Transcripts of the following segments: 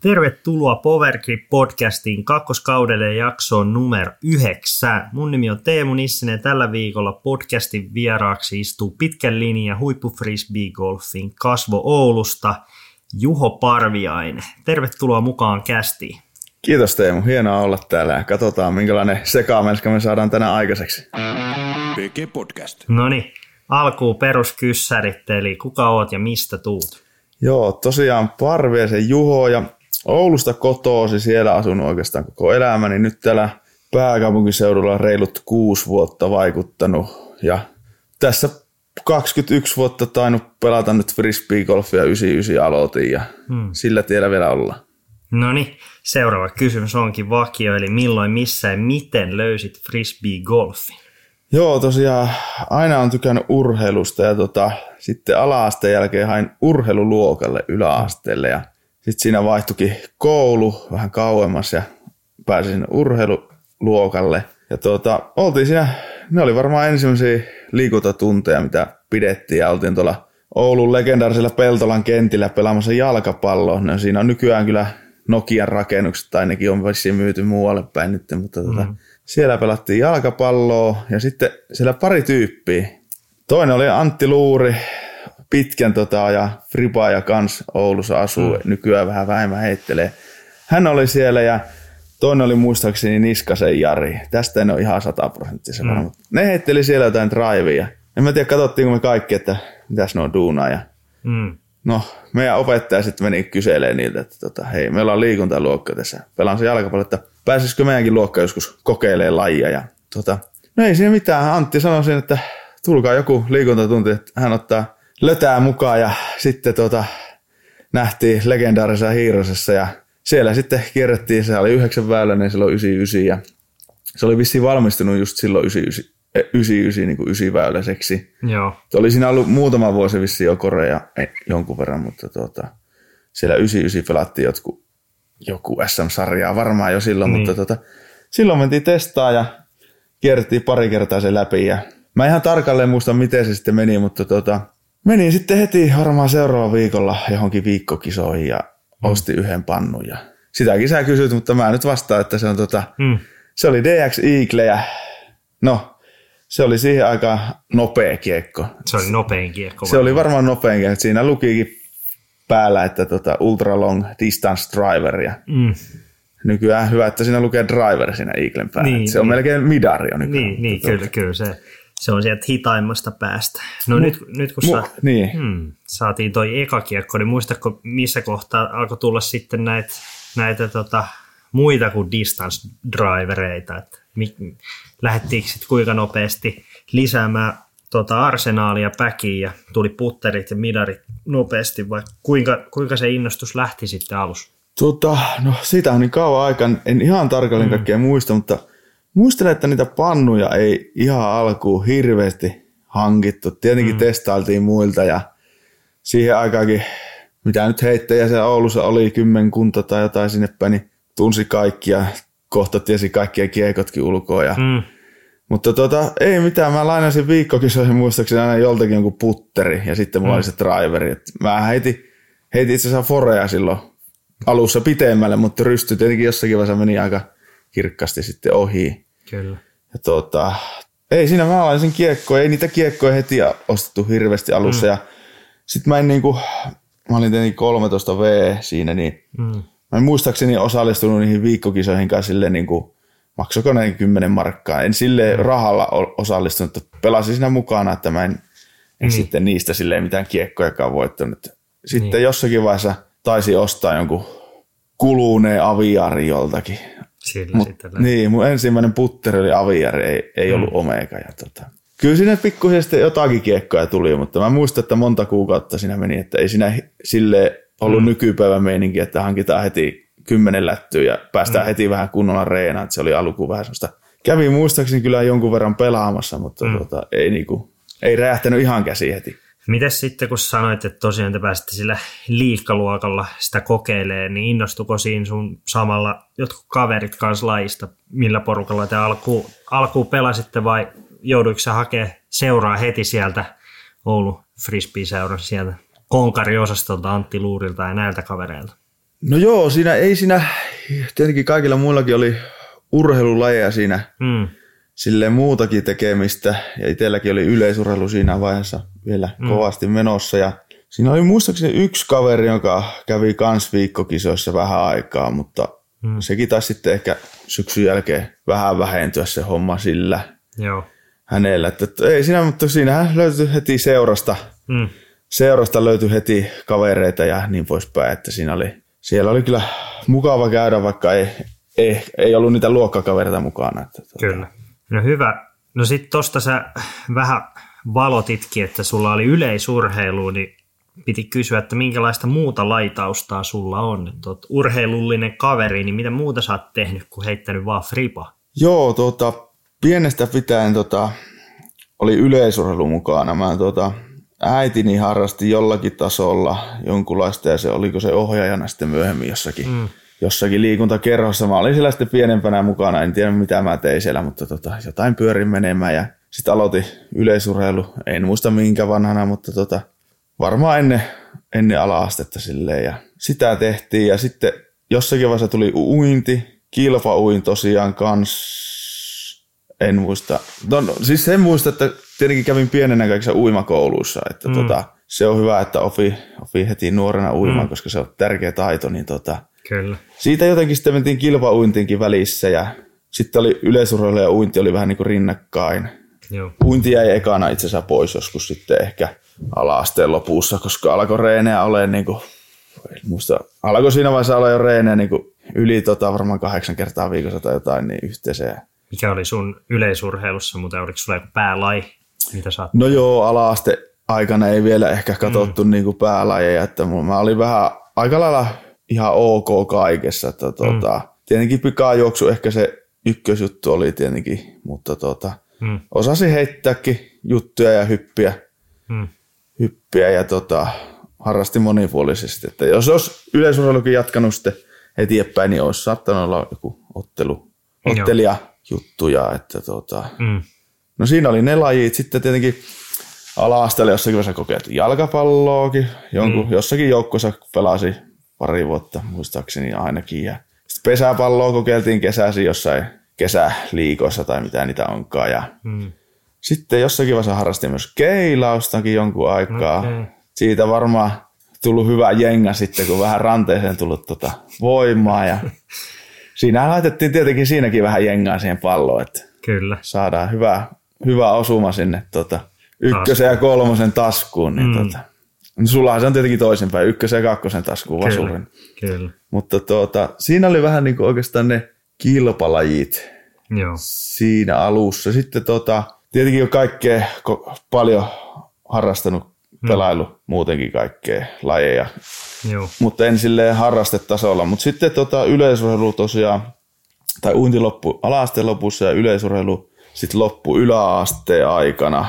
Tervetuloa Power Grip podcastiin kakkoskaudelle jaksoon numero 9. Mun nimi on Teemu Nissinen ja tällä viikolla podcastin vieraaksi istuu pitkän linjan huippu frisbee-golfin kasvo Oulusta Juho Parviainen. Tervetuloa mukaan kästiin. Kiitos Teemu, hienoa olla täällä ja katsotaan minkälainen sekamelska me saadaan tänään aikaiseksi. PG Podcast. Noniin, alkuun peruskyssärit, eli kuka oot ja mistä tuut? Joo, tosiaan Parviaisen Juho ja Oulusta kotoosi, siellä asunut oikeastaan koko elämäni. Nyt täällä pääkaupunkiseudulla reilut 6 vuotta vaikuttanut ja tässä 21 vuotta tainnut pelata nyt frisbee-golfia, 99 aloitin ja sillä tiellä vielä ollaan. No niin, seuraava kysymys onkin vakio, eli milloin, missä ja miten löysit frisbee-golfin? Joo, tosiaan aina on tykännyt urheilusta ja sitten ala-asteen jälkeen hain urheiluluokalle yläasteelle ja sitten siinä vaihtuikin koulu vähän kauemmas ja pääsin sinne urheiluluokalle. Ja oltiin siinä, ne oli varmaan ensimmäisiä liikuntatunteja, mitä pidettiin ja oltiin tuolla Oulun legendaarisella Peltolan kentillä pelaamassa jalkapalloa. No, siinä on nykyään kyllä Nokian rakennukset, tai nekin on vissiin myyty muualle päin nyt, mutta siellä pelattiin jalkapalloa ja sitten siellä pari tyyppiä. Toinen oli Antti Luuri, pitkän ja fribaaja kans Oulussa asuu, nykyään vähän vähemmän heittelee. Hän oli siellä ja toinen oli muistaakseni Niskasen Jari. Tästä en ole ihan 100% varma, mutta ne heitteli siellä jotain drivea. En mä tiedä, katsottiinko me kaikki, että mitäs ne on duunaa. Ja no, meidän opettaja sitten meni kyselemään niiltä, että hei, meillä on liikuntaluokka tässä. Pelaan se jalkapallo, että pääsisikö meidänkin luokka joskus kokeilemaan lajia. Ja no ei siinä mitään. Antti sanoi siinä, että tulkaa joku liikuntatunti, että hän ottaa lötää mukaan ja sitten nähtiin legendaarisessa Hiirosessa ja siellä sitten kierrettiin, se oli 9 väyläinen silloin 99 ja se oli vissiin valmistunut just silloin 99 niin kuin 9-väyläiseksi. Joo. Oli siinä ollut muutama vuosi vissiin jo Korea jonkun verran, mutta siellä 99 pelattiin joku SM-sarjaa varmaan jo silloin, mutta silloin mentiin testaa ja kierrettiin pari kertaa se läpi ja mä ihan tarkalleen muista miten se sitten meni, mutta menin sitten heti varmaan seuraava viikolla johonkin viikkokisoihin ja ostin 1 pannun ja sitäkin sä kysyt, mutta mä nyt vastaan, että se on se oli DX Eagle ja no se oli siihen aikaan nopea kiekko. Se oli nopein kiekko. Se oli varmaan nopein kiekko. Siinä lukikin päällä, että ultra long distance driver ja nykyään hyvä, että siinä lukee driver siinä Eaglen päällä. Niin, se on melkein midari jo nykyään. Niin kyllä se on sieltä hitaimmasta päästä. No nyt kun saatiin toi eka kiekko, niin muistatko missä kohtaa alkoi tulla sitten näitä muita kuin distance drivereita, että lähdettiinkö sitten kuinka nopeasti lisäämään arsenaalia päkiin ja tuli putterit ja midarit nopeasti vai kuinka se innostus lähti sitten alussa? No siitä on niin kauan aikaa, en ihan tarkalleen kaikkea muista, mutta muistelen, että niitä pannuja ei ihan alkuun hirveästi hankittu. Tietenkin testailtiin muilta ja siihen aikaakin, mitä nyt heittäjä siellä Oulussa oli 10 tai jotain sinne päin, niin tunsi kaikki ja kohta tiesi kaikkien kiekotkin ulkoa. Mutta ei mitään, mä lainasin viikkokisoihin muistaakseni aina joltakin jonkun putteri ja sitten mulla oli se driveri. Mä heitin itse asiassa forea silloin alussa pitemmälle, mutta rysty tietenkin jossakin vaiheessa meni aika kirkkaasti sitten ohi. Kyllä. Ja ei siinä mä laisin kiekkoja, ei niitä kiekkoja heti ostettu hirveästi alussa ja sit mä olin tietenkin 13V siinä, niin mä en muistaakseni osallistunut niihin viikkokisoihin kai silleen niin kuin maksoiko ne 10 markkaa. En silleen rahalla osallistunut, että pelasin siinä mukana, että mä en sitten niistä silleen mitään kiekkojakaan voittanut. Sitten jossakin vaiheessa taisi ostaa jonkun kuluneen aviari joltakin. Niin, mun ensimmäinen putteri oli aviari, ei ollut omega. Ja kyllä siinä pikkuhiljaa sitten jotakin kiekkoja tuli, mutta mä muistan, että monta kuukautta siinä meni, että ei siinä silleen ollut nykypäivän meininki, että hankitaan heti 10 lättyä ja päästään heti vähän kunnolla reenaan, että se oli alkuun vähän semmoista. Kävin muistaakseni kyllä jonkun verran pelaamassa, mutta ei räjähtänyt ihan käsi heti. Mites sitten, kun sanoit, että tosiaan te pääsitte sillä liikkaluokalla sitä kokeilemaan, niin innostuko siinä sun samalla jotkut kaverit kanssa lajista? Millä porukalla te alkuun pelasitte vai jouduiko sä hakemaan seuraa heti sieltä Oulun frisbee-seuran sieltä konkariosastolta Antti Luurilta ja näiltä kavereilta? No joo, siinä tietenkin kaikilla muillakin oli urheilulajeja siinä, silleen muutakin tekemistä, ja itselläkin oli yleisurheilu siinä vaiheessa vielä kovasti menossa, ja siinä oli muistaakseni yksi kaveri, joka kävi kans viikkokisoissa vähän aikaa, mutta sekin taisi sitten ehkä syksyn jälkeen vähän vähentyä se homma sillä hänellä. Että ei siinä, mutta siinähän löytyi heti seurasta löytyi heti kavereita ja niin poispäin, että siellä oli kyllä mukava käydä, vaikka ei ollut niitä luokkakavereita mukana. Kyllä. No hyvä. No sit tosta sä vähän valotitkin, että sulla oli yleisurheilu, niin piti kysyä, että minkälaista muuta lajitaustaa sulla on. Että oot urheilullinen kaveri, niin mitä muuta sä oot tehnyt kuin heittänyt vaan fripa? Joo, pienestä pitäen oli yleisurheilu mukana. Mä äitini harrasti jollakin tasolla jonkunlaista ja oliko se ohjaajana sitten myöhemmin jossakin liikuntakerhossa. Mä olin siellä sitten pienempänä mukana, en tiedä mitä mä tein siellä, mutta jotain pyörin menemään ja sitten aloitin yleisurheilu. En muista minkä vanhana, mutta varmaan ennen ala-astetta silleen ja sitä tehtiin ja sitten jossakin vaiheessa tuli uinti, kilpauin tosiaan kans, en muista. No, siis en muista, että tietenkin kävin pienenä kaikissa uimakouluissa, että se on hyvä, että opi heti nuorena uimaan, koska se on tärkeä taito, niin Kyllä. Siitä jotenkin sitten mentiin kilpauintiinkin välissä ja sitten oli yleisurheilu ja uinti oli vähän niin kuin rinnakkain. Joo. Uinti jäi ekana itse asiassa pois joskus sitten ehkä ala-asteen lopussa, koska alkoi reenejä olemaan niin kuin, muista, alkoi siinä vaiheessa olla jo reenejä niin kuin yli varmaan 8 kertaa viikossa tai jotain niin yhteensä. Mikä oli sun yleisurheilussa, mutta oliko sulla joku päälaji, mitä sä oot? No joo, ala-aste aikana ei vielä ehkä katsottu niin kuin päälajeja, että mä olin vähän aika lailla ihan ok kaikessa. Että tietenkin pikajuoksu ehkä se ykkösjuttu oli tietenkin, mutta osasin heittääkin juttuja ja hyppiä ja harrastin monipuolisesti. Että jos olisi yleisurheilukin jatkanut sitten eteenpäin, niin olisi saattanut olla joku ottelijajuttuja. Että No siinä oli ne lajit. Sitten tietenkin ala-asteella jossakin vaiheessa kokeiltiin jalkapalloakin. Jossakin joukkueessa pelasi pari vuotta muistaakseni ainakin. Ja sitten pesäpalloa kokeiltiin kesäisin jossain kesäliikoissa tai mitä niitä onkaan. Ja sitten jossakin vaiheessa harrastin myös keilaustakin jonkun aikaa. Okay. Siitä varmaan tullut hyvä jengä sitten, kun vähän ranteeseen tullut voimaa. Ja siinä laitettiin tietenkin siinäkin vähän jengaa siihen palloon, että Kyllä. saadaan hyvä osuma sinne ykkösen ja kolmosen taskuun. Niin sullahan se on tietenkin toisinpäin, ykkösen ja kakkosen taskuun vasurin. Kyllä. Mutta siinä oli vähän niin kuin oikeastaan ne kilpalajit siinä alussa. Sitten tietenkin on kaikkea paljon harrastanut pelailu muutenkin kaikkea lajeja, mutta en silleen harrastetasolla. Mutta sitten yleisurheilu tosiaan, tai uinti loppu ala-asteen lopussa ja yleisurheilu sitten loppu yläasteen aikana.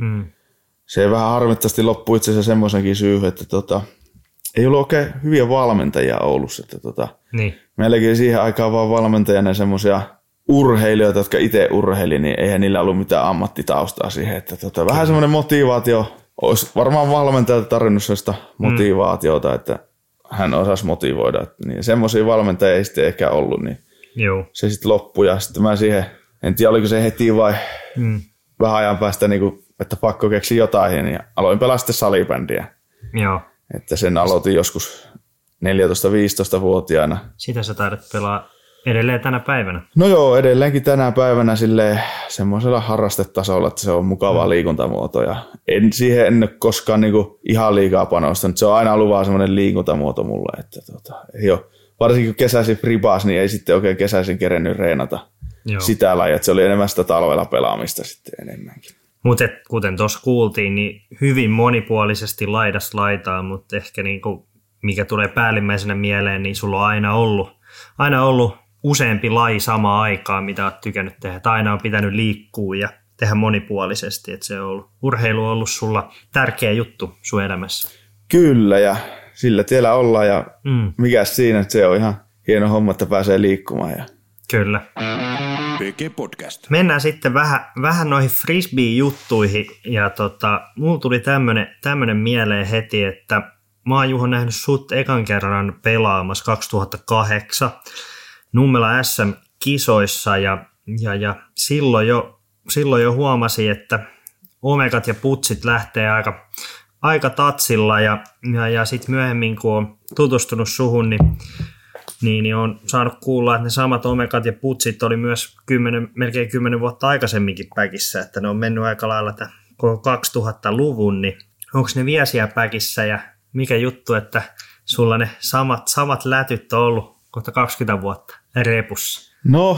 Se vähän harmittavasti loppui itse asiassa semmoisenkin syyhyn, että ei ollut oikein hyviä valmentajia Oulussa. Että meilläkin siihen aikaan vaan valmentajana semmoisia urheilijoita, jotka itse urheili, niin eihän niillä ollut mitään ammattitaustaa siihen. Että vähän semmoinen motivaatio, olisi varmaan valmentajalta tarvinnut sellaista motivaatiota, että hän osasi motivoida. Niin semmoisia valmentajia ei sitten ehkä ollut, niin se sitten loppui. Ja sitten mä siihen, en tiedä oliko se heti vai vähän ajan päästä, niin kuin, että pakko keksiä jotain, niin aloin pelaa sitten salibändiä. Joo. Että sen aloitin joskus 14-15-vuotiaana. Sitä sä taidat pelaa edelleen tänä päivänä? No joo, edelleenkin tänä päivänä semmoisella harrastetasolla, että se on mukava liikuntamuoto. Ja en ole koskaan niinku ihan liikaa panostanut. Se on aina ollut vaan semmoinen liikuntamuoto mulle. Että ei ole, varsinkin kun kesäisin fribaas, niin ei sitten oikein kesäisin kerennyt reenata sitä lajia. Se oli enemmän sitä talvella pelaamista sitten enemmänkin. Mutta kuten tuossa kuultiin, niin hyvin monipuolisesti laidasta laitaan, mutta ehkä niinku, mikä tulee päällimmäisenä mieleen, niin sulla on aina ollut useampi laji samaan aikaan, mitä olet tykännyt tehdä. Aina on pitänyt liikkua ja tehdä monipuolisesti. Että urheilu on ollut sulla tärkeä juttu sun elämässä. Kyllä, ja sillä tiellä ollaan. Ja mikäs siinä, että se on ihan hieno homma, että pääsee liikkumaan. Ja... Kyllä. PG Podcast. Mennään sitten vähän noihin frisbee-juttuihin. Ja mulla tuli tämmönen mieleen heti, että mä oon Juho nähnyt sut ekan kerran pelaamassa 2008 Nummela SM-kisoissa ja silloin jo huomasin, että omegat ja putsit lähtee aika tatsilla ja sitten myöhemmin kun on tutustunut suhun, niin on saanut kuulla, että ne samat omegat ja putsit oli myös melkein 10 vuotta aikaisemminkin päkissä, että ne on mennyt aika lailla koko 2000-luvun, niin onko ne vielä siellä päkissä ja mikä juttu, että sulla ne samat lätyt on ollut kohta 20 vuotta repussa? No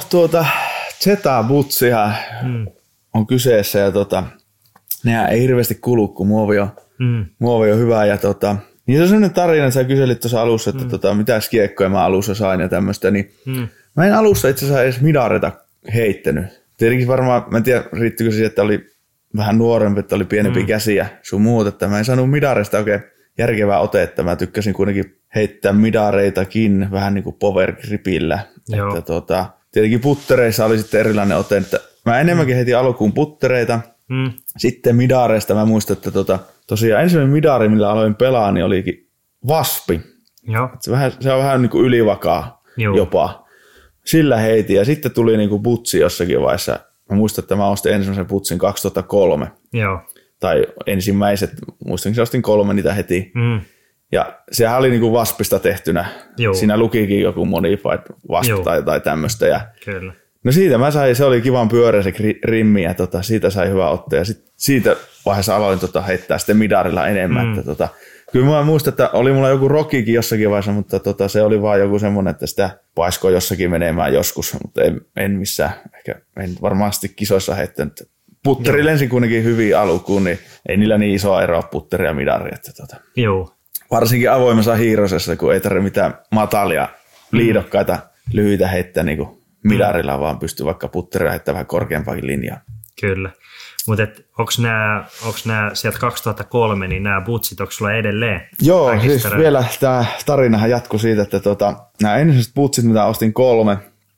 Z-butsihan on kyseessä ja nehän ei hirveästi kulu, kun muovi on hyvä ja niin se on sellainen tarina, että sä kyselit tuossa alussa, että mitä kiekkoja mä alussa sain ja tämmöistä, niin mä en alussa itse asiassa edes midareita heittänyt. Tietenkin varmaan, mä en tiedä riittyykö se, että oli vähän nuorempi, että oli pienempi käsiä sun muuta, että mä en saanut midareista oikein järkevää otetta. Mä tykkäsin kuitenkin heittää midareitakin vähän niin kuin power gripillä. Että tietenkin puttereissa oli sitten erilainen ote, että mä enemmänkin heitin alkuun puttereita. Sitten midareista mä muistan, että tosiaan ensimmäinen midari, millä aloin pelaa, niin olikin Waspi. Se on vähän niin kuin ylivakaa jopa. Sillä heitin ja sitten tuli niin kuin putsi jossakin vaiheessa. Mä muistan, että mä ostin ensimmäisen putsin 2003. Joo. Tai ensimmäiset, muistankin ostin 3 niitä heti. Ja sehän oli niin kuin Waspista tehtynä. Joo. Siinä lukikin joku modified Wasp tai tämmöistä. Ja kyllä. No siitä mä sain, se oli kivan pyöreä se rimmi ja siitä sai hyvä ottaa. Ja siitä vaiheessa aloin heittää sitten midarilla enemmän. Että kyllä mä muistan, että oli mulla joku rockikin jossakin vaiheessa, mutta se oli vaan joku semmoinen, että sitä paiskoi jossakin menemään joskus, mutta en missään, ehkä en varmasti kisoissa heittänyt. Putteri lensi kuitenkin hyvin alkuun, niin ei niillä niin isoa eroa putteri ja midari. Joo. Varsinkin avoimessa hiirosessa, kun ei tarvitse mitään matalia, liidokkaita, lyhyitä heittää niin kuin midarilla, vaan pystyy vaikka putteria heittämään vähän korkeampaakin linjaa. Kyllä. Mutta onko nämä sieltä 2003, niin nämä butsit, onko sulla edelleen? Joo, siis vielä tämä tarinahan jatkuu siitä, että nämä ensimmäiset butsit, mitä ostin 3,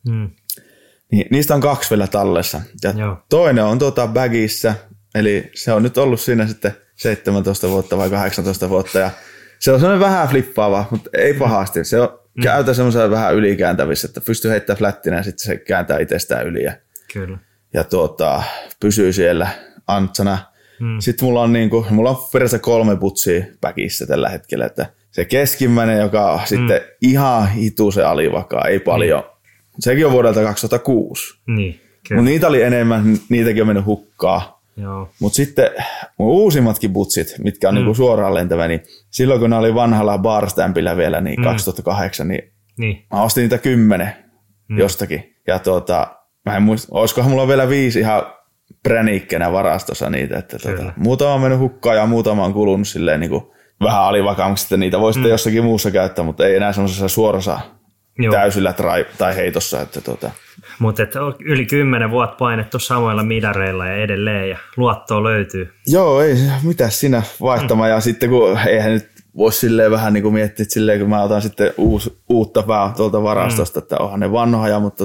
niin niistä on 2 vielä tallessa. Ja toinen on bagissa, eli se on nyt ollut siinä sitten 17 vuotta vai 18 vuotta, ja se on sellainen vähän flippaava, mutta ei pahasti. Se on käytä semmoisen vähän ylikääntävissä, että pystyy heittämään flättinä ja sitten se kääntää itsestään yli. Kyllä. Ja pysyy siellä antsana. Sitten mulla on periaatteessa 3 putsia backissa tällä hetkellä, että se keskimmäinen, joka on sitten ihan hituisen alivakaa, ei paljon. Sekin on vuodelta 2006. Niin, mutta niitä oli enemmän, niitäkin on mennyt hukkaan. Mutta sitten mun uusimmatkin butsit, mitkä on niinku suoraan lentävä, niin silloin kun ne oli vanhalla barstampillä vielä, niin 2008, niin mä ostin niitä 10 jostakin. Ja mä en muista, olisikohan mulla vielä 5 ihan pränikkenä varastossa niitä, että muutama on mennyt hukkaan ja muutama on kulunut silleen niin kuin vähän alivakaamaksi, että niitä voi sitten jossakin muussa käyttää, mutta ei enää semmoisessa suorassa täysillä tai heitossa. Mutta yli 10 vuotta painettu samoilla midareilla ja edelleen ja luottoa löytyy. Joo, ei mitään siinä vaihtamaan ja sitten kun eihän nyt voisi silleen vähän niin kuin miettiä, että silleen kun mä otan sitten uutta pää tuolta varastosta, että onhan ne vanhoja, mutta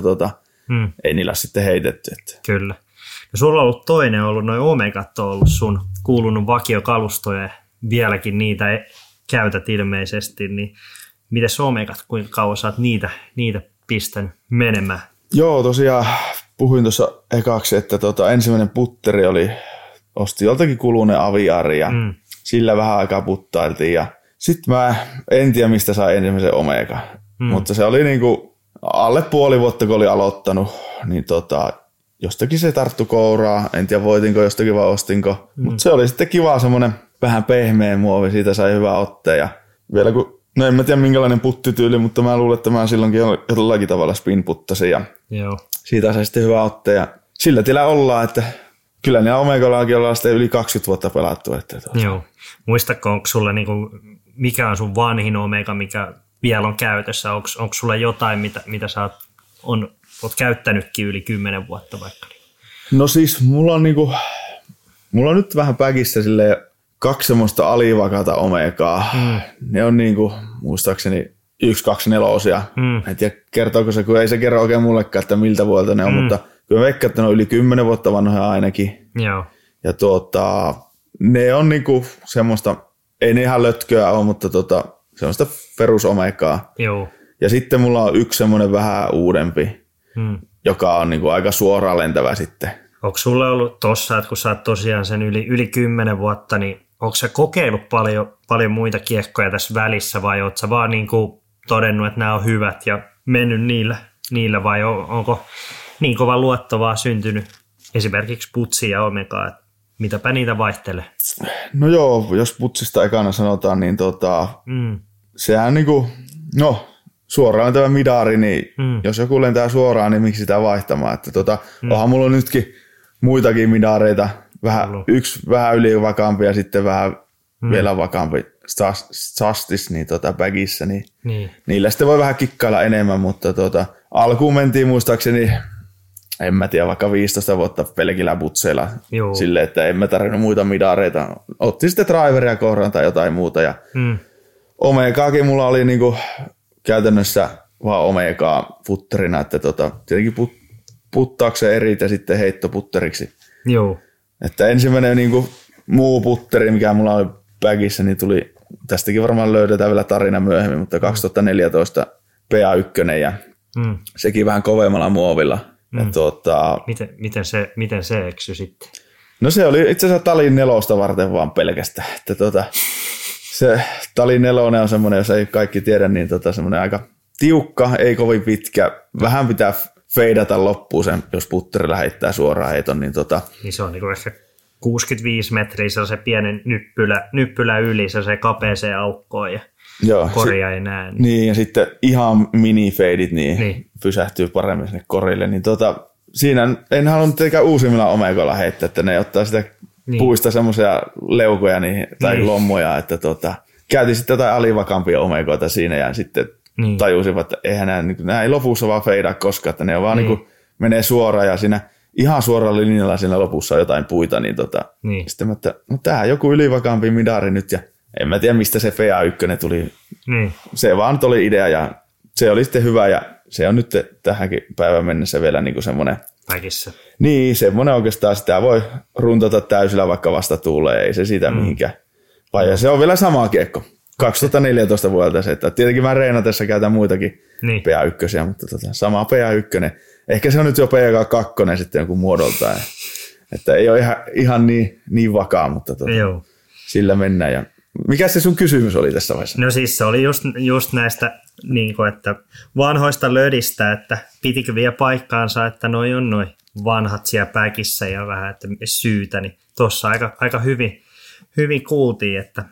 ei niillä sitten heitetty. Että. Kyllä. Ja sulla on ollut toinen ollut, noin omegat on ollut sun kuulunut vakiokalustoja, vieläkin niitä käytät ilmeisesti, niin mites omegat, kuinka kauan sä oot niitä pistänyt menemään? Joo, tosiaan puhuin tuossa ekaksi, että ensimmäinen putteri osti joltakin kuluneen aviari ja sillä vähän aikaa puttailtiin ja sitten mä en tiedä mistä sai ensimmäisen omega, mutta se oli niinku alle puoli vuotta, kun oli aloittanut, niin jostakin se tarttu kouraa. En tiedä voitinko jostakin vai ostinko. Mutta se oli sitten kiva semmoinen vähän pehmeä muovi. Siitä sai hyvää otteen. Ja vielä kun, no en mä tiedä minkälainen puttityyli, mutta mä luulen, että mä silloinkin jollakin tavalla spin-puttasin. Ja siitä sai sitten hyvää otteen. Ja sillä tilä ollaan, että kyllä ne Omegallaakin ollaan sitten yli 20 vuotta pelattu. Joo. Muistatko, onko sulla mikä on sun vanhin Omega, mikä vielä on käytössä? Onko sulla jotain, mitä sä oot käyttänytkin yli 10 vuotta vaikka? No siis mulla on nyt vähän päkissä 2 semmoista alivakaata omegaa. Ne on muistaakseni 1-2-4. En tiedä kertooko se, kun ei se kerro oikein mullekaan, että miltä vuodelta ne on, mutta kyllä veikkaan, että ne on yli 10 vuotta vanhoja ainakin. Joo. Ja ne on semmoista ei ne ihan lötköä ole, mutta se on sitä perusomegaa. Joo. Ja sitten mulla on yksi semmoinen vähän uudempi, joka on niinku aika suoraan lentävä sitten. Onko sulla ollut tossa, että kun sä oot tosiaan sen yli 10 vuotta, niin onko sä kokeillut paljon muita kiekkoja tässä välissä vai oot sä vaan niinku todennut, että nämä on hyvät ja mennyt niillä vai onko niin kova luotto vaan syntynyt esimerkiksi Putsi ja Omegaa, että mitäpä niitä vaihtelee? No joo, jos Putsista ekana sanotaan, niin sehän niinku, suoraan lentävä midari, niin jos joku lentää suoraan, niin miksi sitä vaihtamaan? Että onhan mulla nytkin muitakin midareita, yksi vähän ylivakaampi ja sitten vähän vielä vakaampi Justice niin bagissa, niin niillä sitten voi vähän kikkailla enemmän, mutta alkuun mentiin muistaakseni, en mä tiedä, vaikka 15 vuotta pelkillä butseilla silleen, että en mä tarvinnut muita midareita. Otti sitten driveria kohdaan tai jotain muuta ja Omegaakin mulla oli niinku käytännössä vaan Omegaa putterina, että tietenkin puttaakseen erit ja sitten heitto putteriksi. Joo. Että ensimmäinen niinku muu putteri, mikä mulla oli bagissa, niin tuli, tästäkin varmaan löydetään vielä tarina myöhemmin, mutta 2014 PA1 ja sekin vähän kovemmalla muovilla. Miten se eksy sitten? No se oli itse asiassa Talin 4 varten vaan pelkästään. Että se Talin 4 on semmoinen, jos ei kaikki tiedä, niin semmoinen aika tiukka, ei kovin pitkä. Vähän pitää feidata loppuun sen, jos putterilla heittää suoraan heiton. Niin se on niin ehkä 65 metriä, se on se pienen nyppylä yli, se on se kapeeseen aukkoon ja koria ei näe. Niin, ja sitten ihan mini-feidit niin pysähtyy paremmin sinne korille. Niin siinä en halunnut tietenkään uusimmilla Omegoilla heittää, että ne ottaa sitä puista semmoisia leukoja tai lommoja, että käytiin sitten jotain alivakampia Omegoita siinä ja sitten tajusivat, että eihän nämä ei lopussa vaan feidaa koskaan, että ne on vaan menee suoraan ja siinä ihan suoralla linjalla siinä lopussa on jotain puita, niin sitten mä, että tämähän joku ylivakaampi midari nyt ja en mä tiedä mistä se PA1 tuli. Se vaan nyt oli idea ja se oli sitten hyvä ja se on nyt tähänkin päivän mennessä vielä niin kuin semmoinen. Päkissä. Niin, semmoinen oikeastaan sitä voi runtata täysillä vaikka vasta tuulee, ei se siitä mihinkään. Vai se on vielä sama kiekko. 2014 vuodelta se, että tietenkin mä reenatessa käytän muitakin PA1, mutta sama PA1. Ehkä se on nyt jo PA2 sitten joku muodoltaan. Että ei ole ihan niin vakaa, mutta sillä mennään. Ja mikä se sun kysymys oli tässä vaiheessa? No siis se oli just näistä niin kuin, että vanhoista lödistä, että pitikö vielä paikkaansa, että noi on noi vanhat siellä päkissä ja vähän että syytä, niin tuossa aika hyvin kuultiin, että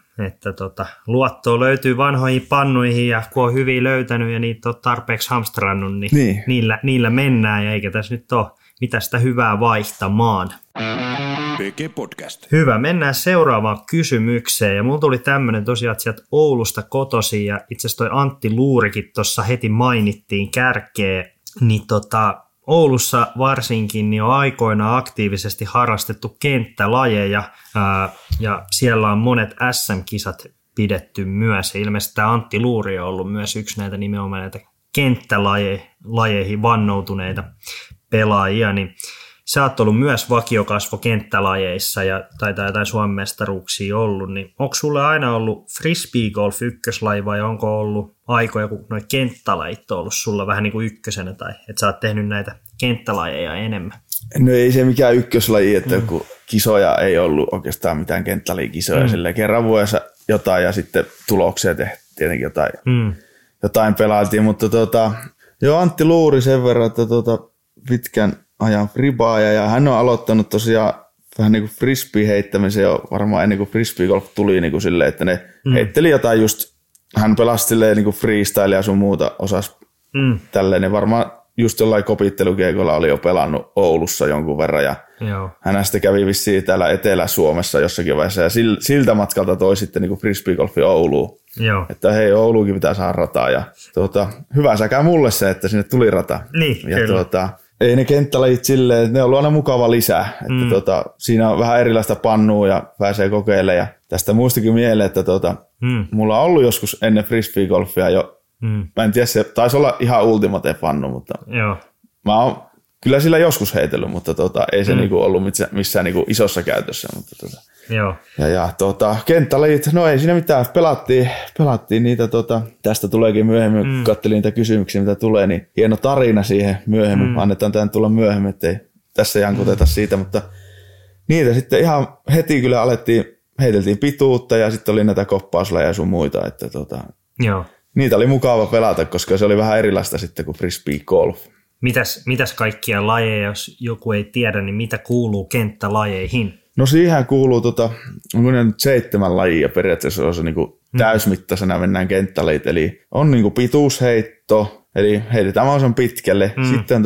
luottoa löytyy vanhoihin pannuihin ja kun on hyvin löytänyt ja niitä on tarpeeksi hamstrannut, niin. Niillä mennään ja eikä tässä nyt ole mitä sitä hyvää vaihtamaan. PG Podcast. Hyvä, mennään seuraavaan kysymykseen ja mulla tuli tämmöinen tosiaan, että sieltä Oulusta kotoisin ja itse asiassa toi Antti Luurikin tuossa heti mainittiin kärkeen, niin Oulussa varsinkin niin on aikoinaan aktiivisesti harrastettu kenttälajeja ja siellä on monet SM-kisat pidetty myös. Ja ilmeisesti tämä Antti Luuri on ollut myös yksi näitä nimenomaan näitä kenttälajeihin vannoutuneita pelaajia. Niin sä oot ollut myös vakiokasvo kenttälajeissa ja taitaa jotain Suomen mestaruuksia ollut. Niin onko sulle aina ollut frisbeegolf ykköslaji vai onko ollut aikoja, kun noi kenttälajit on ollut sulla vähän niin kuin ykkösenä tai että sä oot tehnyt näitä kenttälajeja enemmän? No ei se mikään ykköslaji, että kun kisoja ei ollut oikeastaan mitään kenttälajikisoja. Silleen kerran vuodessa jotain ja sitten tuloksia tietenkin jotain pelailtiin. Mutta Antti Luuri sen verran, että pitkän ajan fribaaja ja hän on aloittanut tosiaan vähän niin kuin frisbee heittämisen jo varmaan ennen kuin frisbeegolf tuli niin kuin silleen, että ne heitteli jotain just, hän pelasi silleen niin kuin freestyle ja sun muuta osasi tälleen, ne varmaan just jollain kopittelukiekolla oli jo pelannut Oulussa jonkun verran ja hän sitten kävi vissiin täällä Etelä-Suomessa jossakin vaiheessa ja siltä matkalta toi sitten niin kuin frisbeegolfi Ouluun. Että hei, Ouluunkin pitää saada rataa ja hyvä säkää mulle se, että sinne tuli rata. Niin, ja ei ne kenttälajit silleen, että ne on ollut aina mukava lisää. Että siinä on vähän erilaista pannua ja pääsee kokeilemaan. Ja tästä muistikin mieleen, että mulla on ollut joskus ennen frisbeegolfia jo, mä en tiedä, se taisi olla ihan ultimate pannu, mutta mä oon kyllä sillä joskus heitellyt, mutta ei se niinku ollut missään niinku isossa käytössä. Mutta Joo. Ja kenttälajit, no ei siinä mitään, pelattiin niitä, tästä tuleekin myöhemmin, katselin niitä kysymyksiä, mitä tulee, niin hieno tarina siihen myöhemmin, annetaan tämän tulla myöhemmin, ettei tässä jankuteta siitä, mutta niitä sitten ihan heti kyllä heiteltiin pituutta ja sitten oli näitä koppauslajeja ja sun muita, että Joo. Niitä oli mukava pelata, koska se oli vähän erilaista sitten kuin frisbee golf. Mitäs kaikkia lajeja, jos joku ei tiedä, niin mitä kuuluu kenttälajeihin? No siihen kuuluu, onko ne nyt 7 lajia periaatteessa, se niinku täysmittaisena mennään kenttälajit, eli on niinku pituusheitto, eli heitetään mahdollisimman pitkälle. Sitten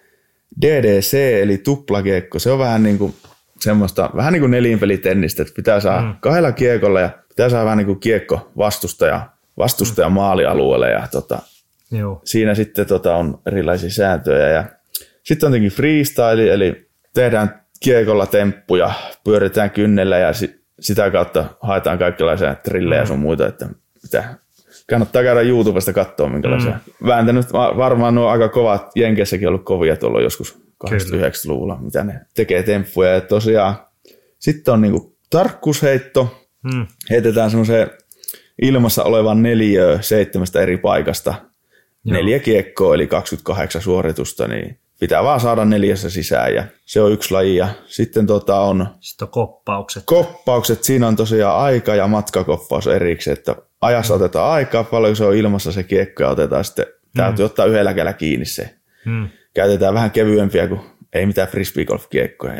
DDC, eli tuplakiekko, se on vähän niinku semmoista, vähän niin kuin nelinpelitennistä, että pitää saada 2 kiekolla ja pitää saada vähän niin kuin kiekko vastustaja maalialueelle ja Joo. siinä sitten on erilaisia sääntöjä ja sitten on tietenkin freestyle, eli tehdään kiekolla temppuja, pyöritään kynnellä ja sitä kautta haetaan kaikenlaisia trillejä sun muita, että kannattaa käydä YouTubesta katsoa minkälaisia. Vääntänyt varmaan nuo aika kovat, Jenkeissäkin ollut kovia tuolla joskus 89-luvulla, mitä ne tekee temppuja ja tosiaan sitten on niinku tarkkuusheitto, heitetään semmoiseen ilmassa olevan 4 7 eri paikasta. Joo. 4 kiekkoa, eli 28 suoritusta, niin pitää vaan saada 4 sisään, ja se on yksi laji. Ja sitten on koppaukset. Koppaukset, siinä on tosiaan aika- ja matkakoppaus erikseen, että ajassa otetaan aikaa, paljon se on ilmassa se kiekko, ja otetaan sitten, täytyy ottaa yhdellä kädellä kiinni se. Käytetään vähän kevyempiä, kuin ei mitään frisbeegolf-kiekkoja.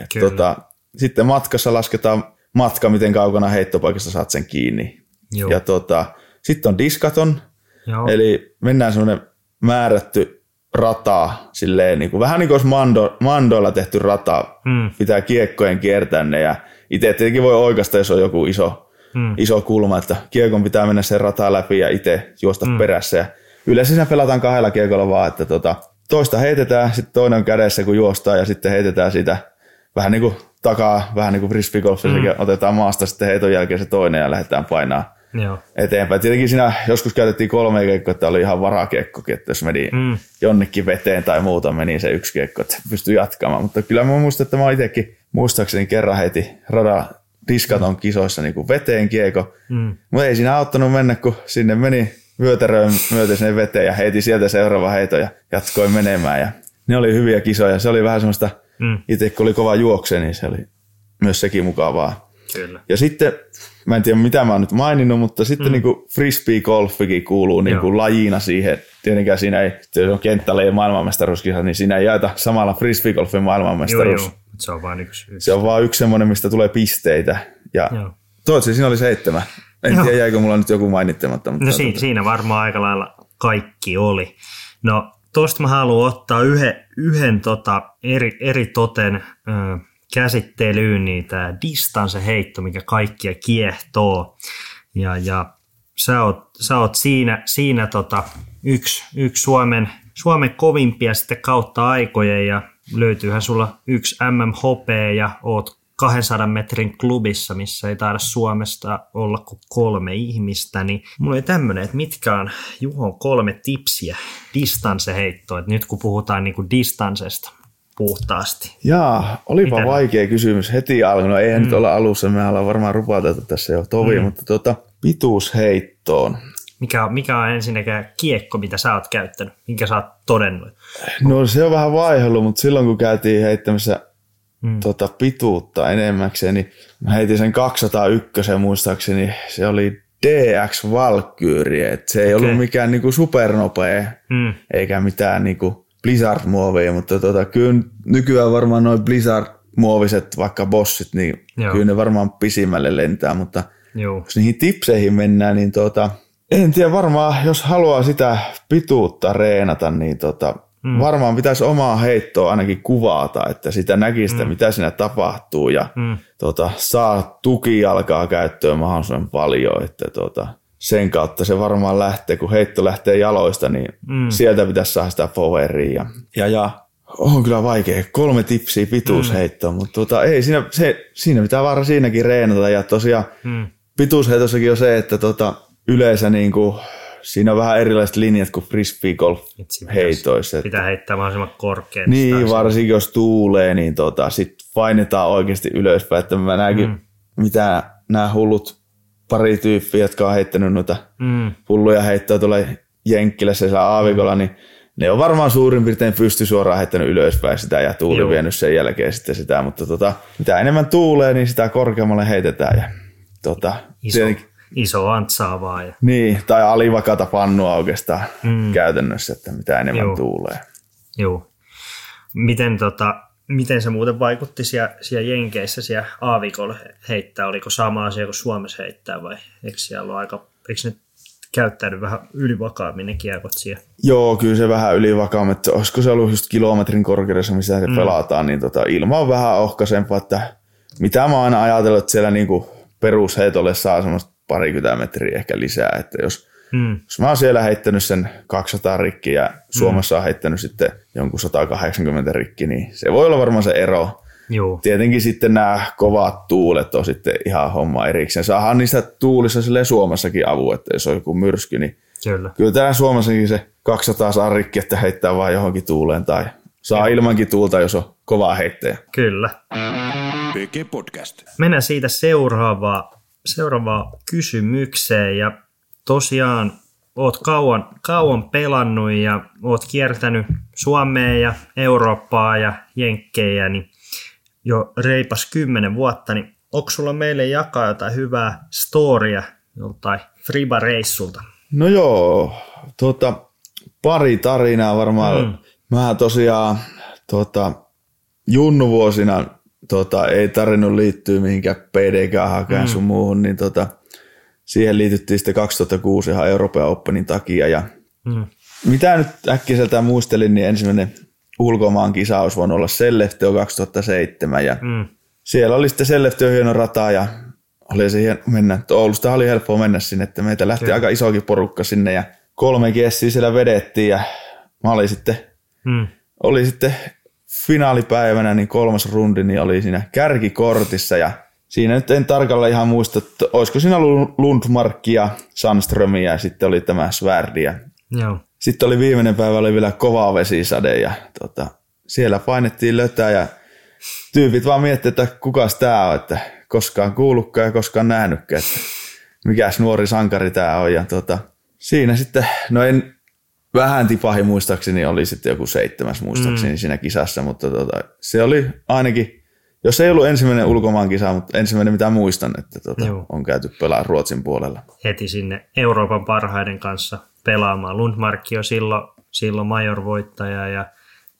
Sitten matkassa lasketaan matka, miten kaukana heittopaikasta saat sen kiinni. Joo. Ja sitten on diskaton, eli mennään semmoinen määrätty rata, silleen, niin kuin, vähän niin kuin olisi mandoilla tehty rata, pitää kiekkojen kiertää ne, ja itse tietenkin voi oikaista, jos on joku iso kulma, että kiekon pitää mennä sen rataa läpi ja itse juosta perässä. Ja yleensä siinä pelataan 2 kiekolla vaan, että toista heitetään, sitten toinen on kädessä, kun juostaan, ja sitten heitetään sitä vähän niin kuin takaa, vähän niin kuin frisbeegolfissa, otetaan maasta sitten heiton jälkeen se toinen ja lähdetään painaa eteenpäin. Tietenkin siinä joskus käytettiin 3 kiekkoa, että oli ihan varakiekkokin, että jos meni jonnekin veteen tai muuta, meni se 1 kiekko, että pystyi jatkamaan. Mutta kyllä mä muistan, että mä itsekin muistaakseni kerran heti diskaton kisoissa niin kuin veteen kiekko, mutta ei siinä auttanut mennä, kun sinne meni vyötäröön myöten sinne veteen ja heiti sieltä seuraava heito ja jatkoi menemään. Ja ne oli hyviä kisoja. Se oli vähän semmoista, itse kun oli kova juokse, niin se oli myös sekin mukavaa. Kyllä. Ja sitten, mä en tiedä mitä mä oon nyt maininnut, mutta sitten niin kuin frisbee-golfikin kuuluu niin kuin lajina siihen. Tietenkään siinä ei, jos on kenttälajien maailmanmestaruuskisa, niin siinä ei jaeta samalla frisbee-golfin maailmanmestaruus. Joo. Se on vain yksi. Se on vaan yksi semmoinen, mistä tulee pisteitä. Ja toivottavasti siinä oli 7. En tiedä, jäikö mulla nyt joku mainittamatta. Mutta no siinä varmaan aika lailla kaikki oli. No tuosta mä haluan ottaa yhden eri toten käsittelyyn, niin tämä distance-heitto, mikä kaikkia kiehtoo. Ja sä oot siinä yksi Suomen kovimpia sitten kautta aikojen, ja löytyyhän sulla 1 MM-hopea ja oot 200 metrin klubissa, missä ei taida Suomesta olla kuin 3 ihmistä, niin mulla oli tämmöinen, että mitkä on Juhon 3 tipsiä distance-heittoa, että nyt kun puhutaan niin kuin distancesta puhtaasti. Jaa, olipa vaikea kysymys heti alkuun. No eihän nyt olla alussa, me ollaan varmaan rupautettu tässä jo tovi, mutta pituusheittoon. Mikä on ensinnäkään kiekko, mitä sä oot käyttänyt? Minkä sä oot todennut? No se on vähän vaihellut, mutta silloin kun käytiin heittämässä pituutta enemmäkseen, niin mä heitin sen 201 muistaakseni. Se oli DX Valkyrie, että se ei ollut mikään niinku supernopea, eikä mitään niinku Blizzard-muovia, mutta kyllä nykyään varmaan noin Blizzard-muoviset, vaikka bossit, niin kyllä ne varmaan pisimmälle lentää, mutta jos niihin tipseihin mennään, niin en tiedä, varmaan jos haluaa sitä pituutta reenata, niin varmaan pitäisi omaa heittoa ainakin kuvata, että sitä näkisi sitä, mitä siinä tapahtuu, ja saa tukijalkaa käyttöön mahdollisimman paljon, että sen kautta se varmaan lähtee, kun heitto lähtee jaloista, niin sieltä pitäisi saada sitä poweria. Ja on kyllä vaikea. 3 tipsiä pituusheittoa, mutta ei siinä pitää varmaan siinäkin reenata. Ja tosiaan pituusheitossakin on se, että yleensä niin kuin, siinä on vähän erilaiset linjat kuin frisbee-golf-heitoissa. Pitää heittää mahdollisimman korkean. Niin, varsinkin jos tuulee, niin sitten painetaan oikeasti ylöspäin. Että mä mitä nämä hullut pari tyyppiä, jotka on heittänyt noita hulluja heittoja tuolla Jenkkilässä ja aavikolla, niin ne on varmaan suurin piirtein pystysuoraan heittänyt ylöspäin sitä ja tuuli vienyt sen jälkeen sitten sitä, mutta mitä enemmän tuulee, niin sitä korkeammalle heitetään. Ja, iso antsaa vaan. Ja... Niin, tai alivakata pannua oikeastaan käytännössä, että mitä enemmän tuulee. Joo. Miten se muuten vaikutti siellä Jenkeissä, siellä aavikolla heittää? Oliko sama asia kuin Suomessa heittää vai eikö ne käyttänyt vähän ylivakaammin ne kiekot siellä? Joo, kyllä se vähän ylivakaammin. Olisiko se ollut just kilometrin korkeudessa, missä se pelataan, niin ilma on vähän ohkaisempaa. Että mitä mä aina ajatellut, että siellä niinku perusheitolle saa semmoista 20 metriä ehkä lisää. Että jos mä oon siellä heittänyt sen 200 rikki ja Suomessa on heittänyt sitten jonkun 180 rikki, niin se voi olla varmaan se ero. Joo. Tietenkin sitten nämä kovat tuulet on sitten ihan homma erikseen. Saadaan niistä tuulissa silleen Suomessakin avu, että jos on joku myrsky, niin kyllä täällä Suomessakin se 200 saa rikki, että heittää vaan johonkin tuuleen tai saa ilmankin tuulta, jos on kovaa heittäjä. Kyllä. PG Podcast. Mennään siitä seuraavaan kysymykseen ja tosiaan oot kauan pelannut ja oot kiertänyt Suomea ja Eurooppaa ja Jenkkejä niin jo reipas 10 vuotta, niin onko sulla meille jakaa jotain hyvää storia joltain Friba-reissulta? No joo, pari tarinaa varmaan. Mä tosiaan junnuvuosina ei tarvinnut liittyä mihinkään PDK-hakään sun muuhun, niin siihen liityttiin sitten 2006 ihan Euroopan Openin takia. Ja mitä nyt äkkiseltään muistelin, niin ensimmäinen ulkomaan kisa olisi voinut olla Selleftö 2007. Ja siellä oli sitten Selleftö hieno rata ja oli siihen mennä. Oulusta oli helppoa mennä sinne, että meitä lähti aika isokin porukka sinne ja 3 kiessiä siellä vedettiin ja mä olin sitten finaalipäivänä, niin 3. rundi, niin oli siinä kärkikortissa ja siinä nyt en tarkalleen ihan muista, että olisiko siinä ollut Lundmark ja Sandström ja sitten oli tämä Svärd. Joo. Sitten oli viimeinen päivä, oli vielä kova vesisade ja siellä painettiin lötää ja tyypit vaan miettivät, että kukas tää on, että koskaan kuullutkaan ja koskaan nähnytkään, että mikäs nuori sankari tää on. Ja siinä sitten, no en vähän tipahin muistaakseni, oli sitten joku 7 muistaakseni siinä kisassa, mutta se oli ainakin, jos ei ollut ensimmäinen ulkomaan kisa, mutta ensimmäinen mitä muistan, että on käyty pelaamaan Ruotsin puolella. Heti sinne Euroopan parhaiden kanssa pelaamaan. Lundmark on silloin major-voittaja ja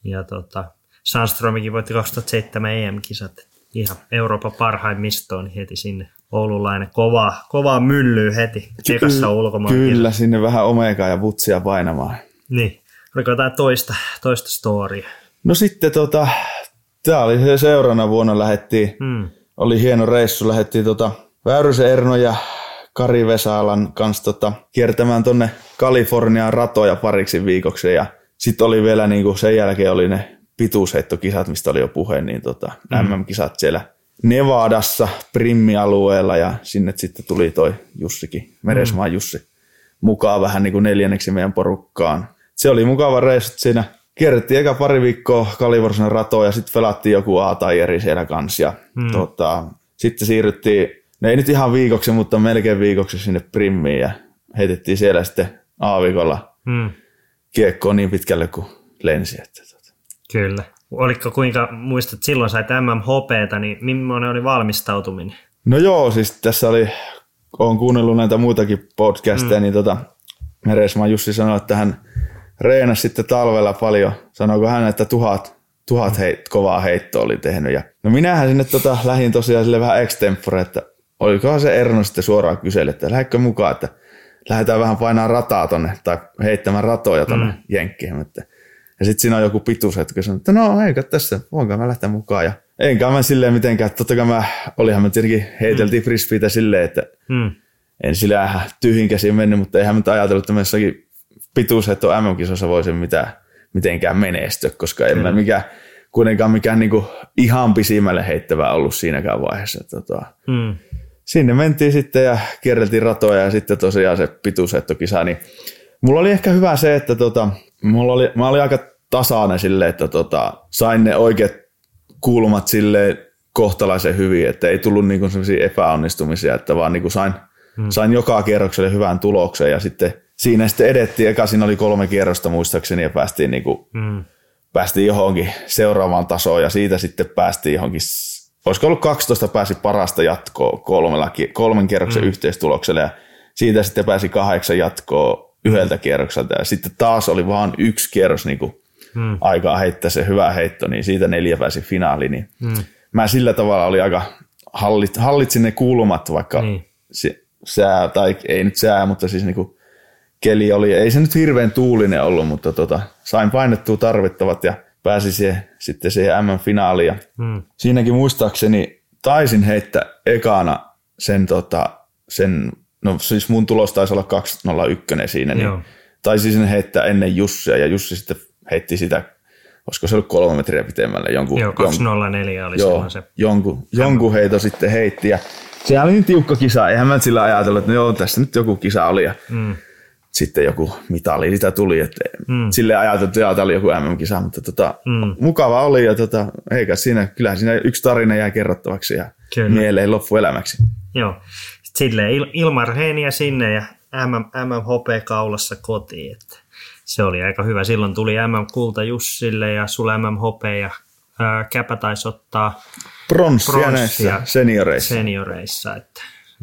Sandströmikin voitti 2007 EM-kisat. Ihan Euroopan parhaimmistoon niin heti sinne oululainen kovaa myllyy heti ekassa ulkomaan. Kyllä, sinne vähän omegaa ja vutsia painamaan. Niin, oliko jotain toista storia? No sitten tämä oli se seuraavana vuonna lähdettiin, oli hieno reissu, lähdettiin Väyrysen Erno ja Kari Vesalan kanssa kiertämään tonne Kaliforniaan ratoja pariksi viikoksi ja sitten oli vielä niinku sen jälkeen oli ne pituusheittokisat, mistä oli jo puhe, niin MM-kisat siellä Nevadassa Primmi-alueella ja sinne sitten tuli toi Jussikin, Meresmaan Jussi mukaan vähän niin kuin 4. meidän porukkaan. Se oli mukava reissu, siinä kierrettiin eka pari viikkoa Kalifornian ratoa ja sitten pelattiin joku A-tajeri siellä kanssa ja sitten siirryttiin, no ei nyt ihan viikoksi, mutta melkein viikoksi sinne Primmiin ja heitettiin siellä sitten aavikolla kiekkoon niin pitkälle kuin lensi. Kyllä. Oliko kuinka, muistat, silloin sait MM-hopeeta, niin millainen oli valmistautuminen? No joo, siis tässä olen kuunnellut näitä muitakin podcasteja, niin Meresmaan Jussi sanoi, että hän reenasi sitten talvella paljon. Sanoiko hän, että 1000 kovaa heittoa oli tehnyt. Ja, no minähän sinne lähdin tosiaan sille vähän extempore, että olikohan se Erno sitten suoraan kyseli, että lähdekö mukaan, että lähdetään vähän painaa rataa tonne tai heittämään ratoja tonne Jenkkiin. Ja sitten siinä on joku pituushetki, sanoi, että no eikä tässä, voinkaan mä lähteä mukaan. Ja enkä mä silleen mitenkään, totta kai olihan me tietenkin heiteltiin frisbeitä silleen, että en sillä ihan tyhjin käsiin mennyt, mutta eihän mä ajatellut, että meissäkin pituusheitto MM-kisossa voisi mitenkään menestyä, koska en mä kuitenkaan mikään niinku ihan pisimmälle heittävää ollut siinäkään vaiheessa. Sinne mentiin sitten ja kierreltiin ratoja ja sitten tosiaan se pituusheittokisa, niin mulla oli ehkä hyvä se, että mä olin aika tasainen silleen, että sain ne oikeat kulmat silleen kohtalaisen hyvin, että ei tullut niin kuin sellaisia epäonnistumisia, että vaan niin kuin sain joka kierrokselle hyvän tuloksen ja sitten siinä sitten edettiin. Eka siinä oli 3 kierrosta muistaakseni ja päästiin, niin kuin, päästiin johonkin seuraavaan tasoon ja siitä sitten päästiin johonkin, olisiko ollut 12 pääsi parasta jatkoa 3 kierroksen yhteistulokselle ja siitä sitten pääsi 8 jatkoa yhdeltä kierrokselta ja sitten taas oli vaan 1 kierros niin kuin aikaa heittää se hyvä heitto, niin siitä 4 pääsi finaaliin. Niin mä sillä tavalla oli aika hallitsin ne kulmat, vaikka sää, tai ei nyt sää, mutta siis niinku keli oli, ei se nyt hirveän tuulinen ollut, mutta sain painettua tarvittavat ja pääsin sitten siihen MM-finaaliin. Siinäkin muistaakseni taisin heittää ekana sen no siis mun tulos taisi olla 2.01 siinä, niin taisin sen heittää ennen Jussia ja Jussi sitten heitti sitä, olisiko se ollut 3 metriä pitemmälle. Joo, 2.04 oli silloin se. Jonkun heito sitten heitti ja se oli niin tiukka kisa, eihän mä sillä ajatellut, että no tässä nyt joku kisa oli ja sitten joku mitali sitä tuli, että silleen ajatellut, että tämä oli joku MM-kisa, mutta mukava oli ja eikä siinä, kyllähän siinä yksi tarina jää kerrottavaksi ja mieleen loppuelämäksi. Joo, silleen Ilmar Heiniä sinne ja MMHP kaulassa kotiin, että se oli aika hyvä. Silloin tuli MM-kulta Jussille ja sulla MMHP ja Käpä taisi ottaa pronssia näissä senioreissa, että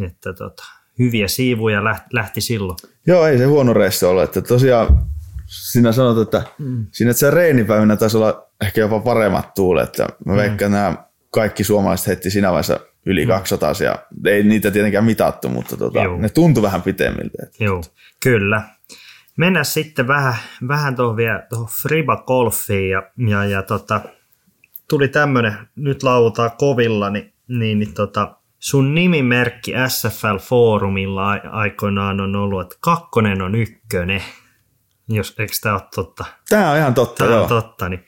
hyviä siivuja lähti silloin. Joo, ei se huono reissu ole, että tosiaan sinä sanot, että siinä se reenipäivinä taisi olla ehkä jopa paremmat tuulet, että mä veikkaan nämä kaikki suomalaiset heitti siinä vaiheessa yli 200 ja ei niitä tietenkään mitattu, mutta ne tuntui vähän pitemmiltä. Joo, kyllä. Mennään sitten vähän tuohon Friba Golfiin ja tuli tämmöinen, nyt lauletaan kovilla, niin sun nimimerkki SFL-foorumilla aikoinaan on ollut, että 2 on 1. Eikö tämä ole totta? Tämä on ihan totta, Tämä on totta, niin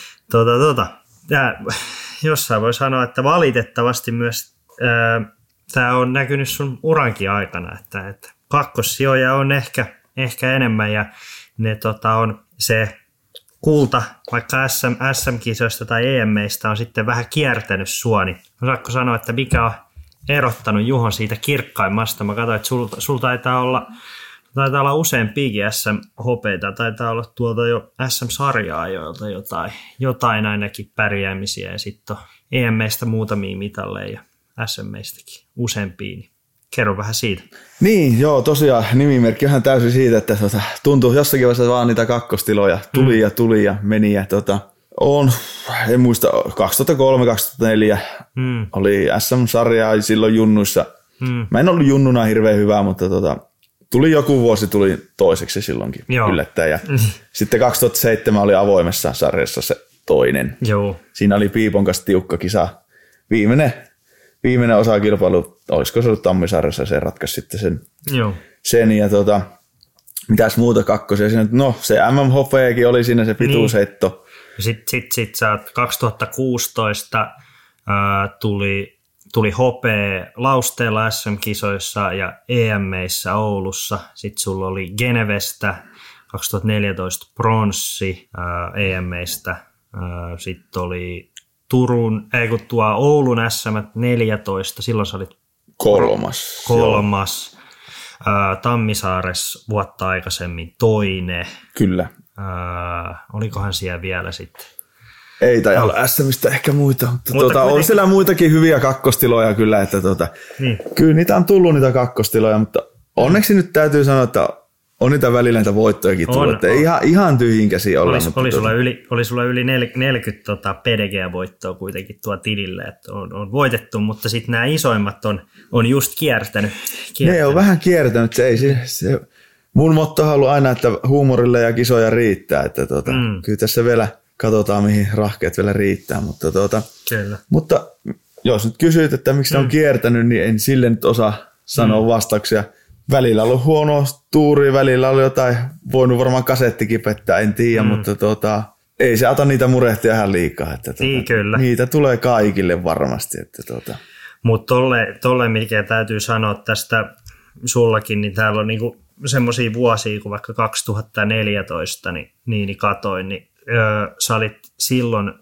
jossain voi sanoa, että valitettavasti myös tämä on näkynyt sun urankin aikana, että kakkossijoja on ehkä enemmän ja ne on se kulta, vaikka SM-kisoista tai EM-meistä on sitten vähän kiertänyt sua, niin osaatko sanoa, että mikä on erottanut Juhon siitä kirkkaimmasta? Mä katsoin, että sulla taitaa olla useampiakin SM-hopeita, taitaa olla tuolta jo SM-sarja-ajoilta jotain ainakin pärjäämisiä ja sitten on EM-meistä muutamia mitalleja ja SM-meistäkin useampia, niin kerro vähän siitä. Niin, joo, tosiaan nimimerkki on täysin siitä, että tuntuu jossakin vaiheessa vaan niitä kakkostiloja tuli ja meni ja en muista, 2003-2004 oli SM-sarjaa silloin junnuissa. Mä en ollut junnuna hirveän hyvä, mutta tuli joku vuosi, tuli toiseksi silloinkin yllättäen. Ja sitten 2007 oli avoimessa sarjassa se toinen. Joo. Siinä oli Piipon kanssa tiukka kisa. Viimeinen osakilpailu, olisiko se ollut Tammisarjassa, se ratkaisi sitten sen ja mitäs muuta kakkosia siinä, no se MMHPkin oli siinä se pituusheitto. Sitten sä 2016 tuli hopea Lausteella SM-kisoissa ja EM-meissä Oulussa. Sitten sulla oli Genevestä 2014 pronssi EM-meistä. Sitten oli Oulun SM 14, silloin sä olit kolmas. Tammisaares vuotta aikaisemmin 2. Kyllä. Olikohan siellä vielä sitten? Ei tai olla SMistä ehkä muita, mutta on siellä muitakin hyviä kakkostiloja kyllä, että kyllä niitä on tullut niitä kakkostiloja, mutta onneksi nyt täytyy sanoa, että on niitä välillä niitä voittojakin tullut, että ei ihan tyhjin käsi olla. Oli sulla yli 40 PDG-voittoa kuitenkin tuo tilille, että on voitettu, mutta sitten nämä isoimmat on just kiertänyt. Ne on vähän kiertänyt, mun motto on ollut aina, että huumorille ja kisoja riittää, että kyllä tässä vielä katsotaan, mihin rahkeet vielä riittää, mutta jos nyt kysyit, että miksi ne on kiertänyt, niin en sille nyt osaa sanoa vastauksia. Välillä on ollut huonoa tuuria, välillä oli jotain, voinut varmaan kasettikin pettää, en tiedä, mutta ei se ota niitä murehtia ihan liikaa. Että kyllä. Niitä tulee kaikille varmasti. Mutta tolle, mikä täytyy sanoa tästä sullakin, niin täällä on niinku semmoisia vuosia, kun vaikka 2014 niin katoin, niin sä olit silloin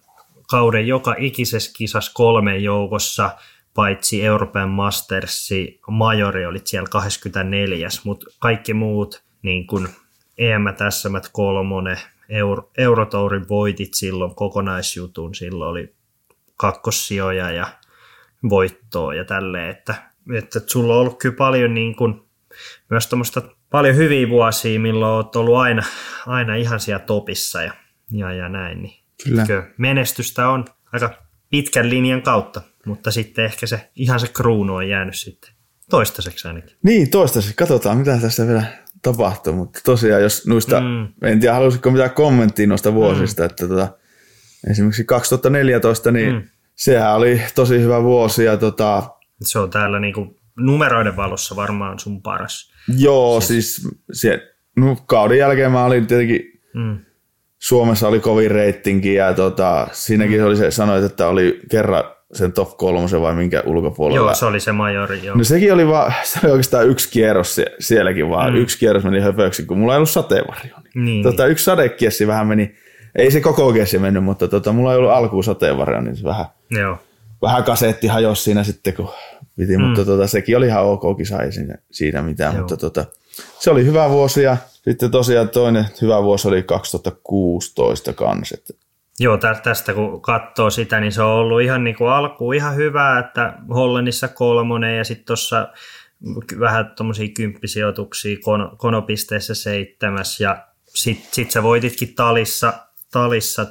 kauden joka ikisessä kisassa 3 joukossa, paitsi Euroopan Mastersi, majori oli siellä 24, mutta kaikki muut niin kuin EM, SM, 3, Eurotourin voitit silloin kokonaisjutun, silloin oli kakkossijoja ja voittoa ja tälleen, että sulla on ollut kyllä paljon niin kuin, myös tommoista paljon hyviä vuosia, milloin olet ollut aina ihan siellä topissa ja näin, niin kyllä menestystä on aika pitkän linjan kautta, mutta sitten ehkä se kruunu on jäänyt sitten toistaiseksi ainakin. Niin, toistaiseksi. Katsotaan, mitä tässä vielä tapahtuu, mutta tosiaan jos noista, en tiedä halusitko mitään kommenttia noista vuosista, että esimerkiksi 2014, niin sehän oli tosi hyvä vuosi ja se on täällä niinku numeroiden valossa varmaan sun paras. Joo, siis kauden jälkeen mä olin tietenkin, Suomessa oli kovin reitinki ja siinäkin oli se, sanoit, että oli kerran sen top 3 vai minkä ulkopuolella. Joo, se oli se majori, joo. No sekin oli se oli oikeastaan yksi kierros sielläkin vaan, yksi kierros meni höpöksi, kun mulla ei ollut sateenvarjo. Niin. Yksi sadekiessi vähän meni, ei se koko kiessi mennyt, mutta mulla ei ollut alkuun sateenvarjo, niin se vähän kasetti hajosi siinä sitten, kun piti, mutta sekin oli ihan ok kisa, ei siinä mitään, joo. Mutta se oli hyvä vuosi ja sitten tosiaan toinen hyvä vuosi oli 2016 kanssa. Joo, tästä kun katsoo sitä, niin se on ollut ihan niin kuin alkuun ihan hyvä, että Hollannissa 3 ja sitten tuossa vähän tuommoisia 10 sijoituksia konopisteessä 7 ja sit sä voititkin talissa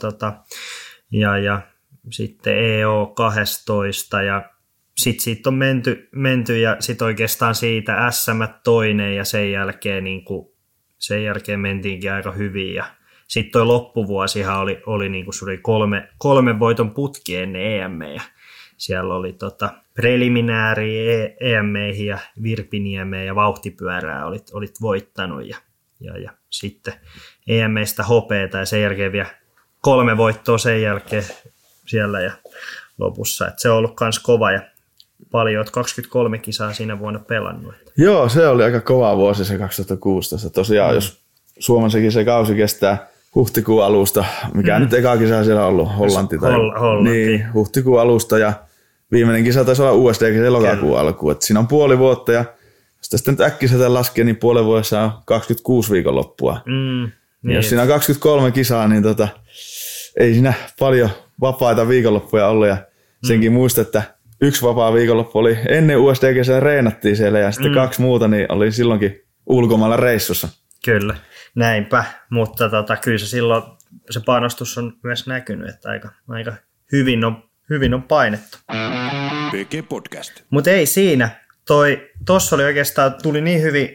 ja sitten EO 12 ja sitten siitä on menty ja sitten oikeastaan siitä SM toinen ja sen jälkeen mentiinkin aika hyvin ja sitten toi loppuvuosihan oli niin kuin se oli kolme voiton putki ennen EM ja siellä oli preliminääri EM ja Virpiniemeä ja vauhtipyörää olit voittanut ja sitten EM:stä hopeeta ja sen jälkeen vielä 3 voittoa sen jälkeen siellä ja lopussa. Et se on ollut kans kova ja paljon, 23 kisaa siinä vuonna pelannut. Joo, se oli aika kova vuosi se 2016. Tosiaan, jos Suomessakin se kausi kestää huhtikuun alusta, mikä nyt eka kisa siellä on ollut, Hollanti. Niin, huhtikuun alusta ja viimeinen kisa taisi olla USDG lokakuun alkuun. Et siinä on puoli vuotta ja jos tästä nyt äkkiseltään laskee, niin puolen vuodessa on 26 viikonloppua. Niin jos siinä on 23 kisaa, niin ei siinä paljon vapaita viikonloppuja ollut ja senkin muista, että yksi vapaa viikonloppu oli ennen USDG:ssä reenattiin siellä ja sitten 2 muuta, niin oli silloinkin ulkomailla reissussa. Kyllä, näinpä, mutta kyllä se silloin se panostus on myös näkynyt, että aika hyvin on painettu. PG Podcast. Mutta ei siinä, tossa oli oikeastaan, tuli niin hyviä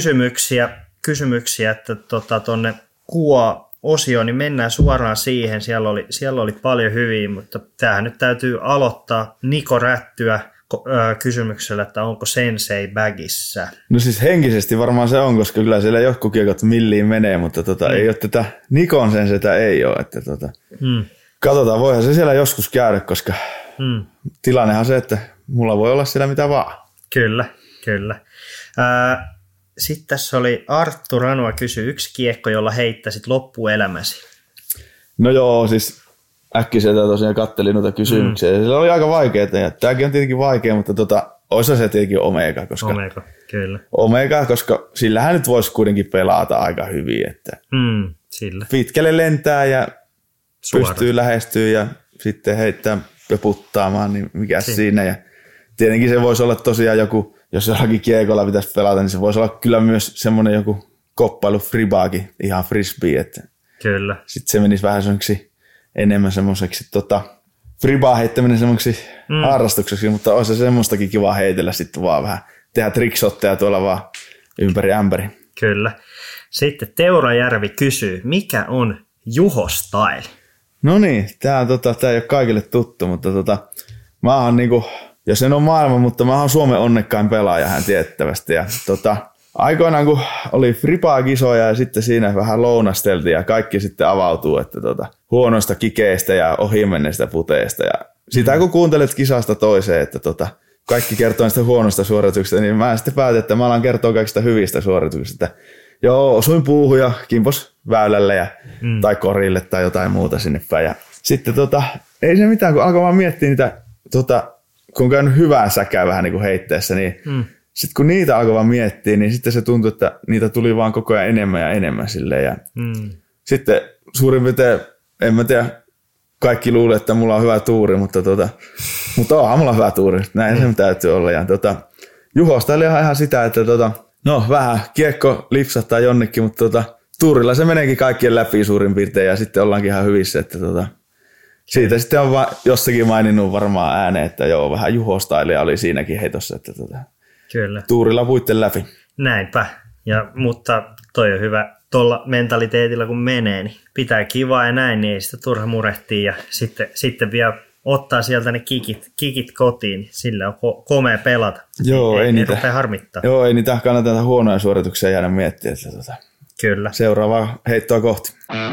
kysymyksiä että tonne QA-osioon, niin mennään suoraan siihen. Siellä oli paljon hyviä, mutta tämähän nyt täytyy aloittaa Niko Rättyä kysymyksellä, että onko sensei bagissa? No siis henkisesti varmaan se on, koska kyllä siellä jotkut kiekot milliin menee, mutta ei ole tätä Nikon senseitä ei ole. Että katsotaan, voihan se siellä joskus käydä, koska tilannehan on se, että mulla voi olla siellä mitä vaan. Kyllä. Sitten tässä oli Arttu Ranua kysyi yksi kiekko, jolla heittäisit loppuelämäsi. No joo, siis äkkiseltä tosiaan kattelin noita kysymyksiä. Ja sillä oli aika vaikeita ja tämäkin on tietenkin vaikea, mutta olisi se tietenkin Omega. Koska kyllä. Omega, koska sillähän nyt voisi kuitenkin pelata aika hyvin. Että sillä. Pitkälle lentää ja pystyy lähestyä ja sitten heittää ja puttaamaan, niin mikä siinä. Ja tietenkin se voisi olla tosiaan joku, jos jollakin kiekolla pitäisi pelata, niin se voisi olla kyllä myös semmoinen joku koppailu fribaakin, ihan frisbee. Että kyllä. Sitten se menisi vähän enemmän semmoiseksi fribaa heittäminen semmoiseksi harrastukseksi, mutta olisi semmoistakin kiva heitellä sitten vaan vähän tehdä trickshotteja tuolla vaan ympäri ämpäri. Kyllä. Sitten Teurajärvi kysyy, mikä on Juho Style? No niin, tämä ei ole kaikille tuttu, mutta mä oon niinku, jos en ole maailman, mutta mä oon Suomen onnekkain pelaaja hän tiettävästi. Ja aikoinaan kun oli fribaa-kisoja ja sitten siinä vähän lounasteltiin ja kaikki sitten avautuu, että huonoista kikeistä ja ohimenneistä puteista. Ja sitä kun kuuntelet kisasta toiseen, että kaikki kertoo niistä huonoista suorituksista, niin mä sitten päätin, että mä alan kertoa kaikista hyvistä suorituksista. Joo, osuin puuhun ja kimpos väylälle tai korille tai jotain muuta sinne päin. Ja sitten ei se mitään, kun alkoi vaan miettiä niitä, kun on käynyt hyvää säkää vähän niin kuin heitteessä, niin sitten kun niitä alkoi vaan miettiä, niin sitten se tuntui, että niitä tuli vaan koko ajan enemmän ja enemmän silleen. Ja sitten suurin piirtein, en mä tiedä, kaikki luulee, että mulla on hyvä tuuri, mutta onhan mulla hyvä tuuri. Näin sen täytyy olla. Ja Juhosta oli ihan sitä, että vähän kiekko lipsahtaa jonnekin, mutta tuurilla se meneekin kaikkien läpi suurin piirtein ja sitten ollaankin ihan hyvissä. Että siitä sitten on vaan jossakin maininnut varmaan ääneen, että joo, vähän Juho-stylia oli siinäkin heitossa, että Kyllä. Tuurilla puitten läpi. Näinpä, mutta toi on hyvä tuolla mentaliteetilla kun menee, niin pitää kivaa ja näin, niin ei sitä turha murehtia ja sitten vielä ottaa sieltä ne kikit kotiin, niin sillä on komea pelata. Joo, ei niitä rupea harmittaa. Joo, ei niitä kannata huonoja suorituksia jäädä miettimään. Kyllä. Seuraavaa heittoa kohti.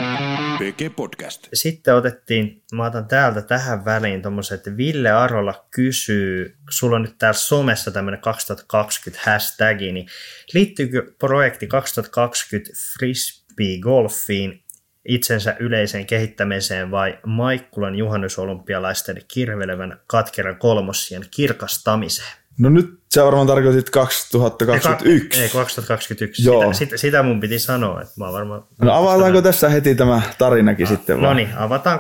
PG Podcast. Sitten mä otan täältä tähän väliin tommosen, että Ville Arola kysyy, sulla on nyt täällä somessa tämmöinen 2020 hashtagi, niin liittyykö projekti 2020 Frisbee Golfiin itsensä yleiseen kehittämiseen vai Maikkulan juhannusolympialaisten kirvelevän katkeran kolmossien kirkastamiseen? No nyt sä varmaan tarkoitit 2021. Ei 2021. Joo. Sitä mun piti sanoa. Että mä varmaan no avataanko tässä heti tämä tarinakin sitten vaan? No niin, avataan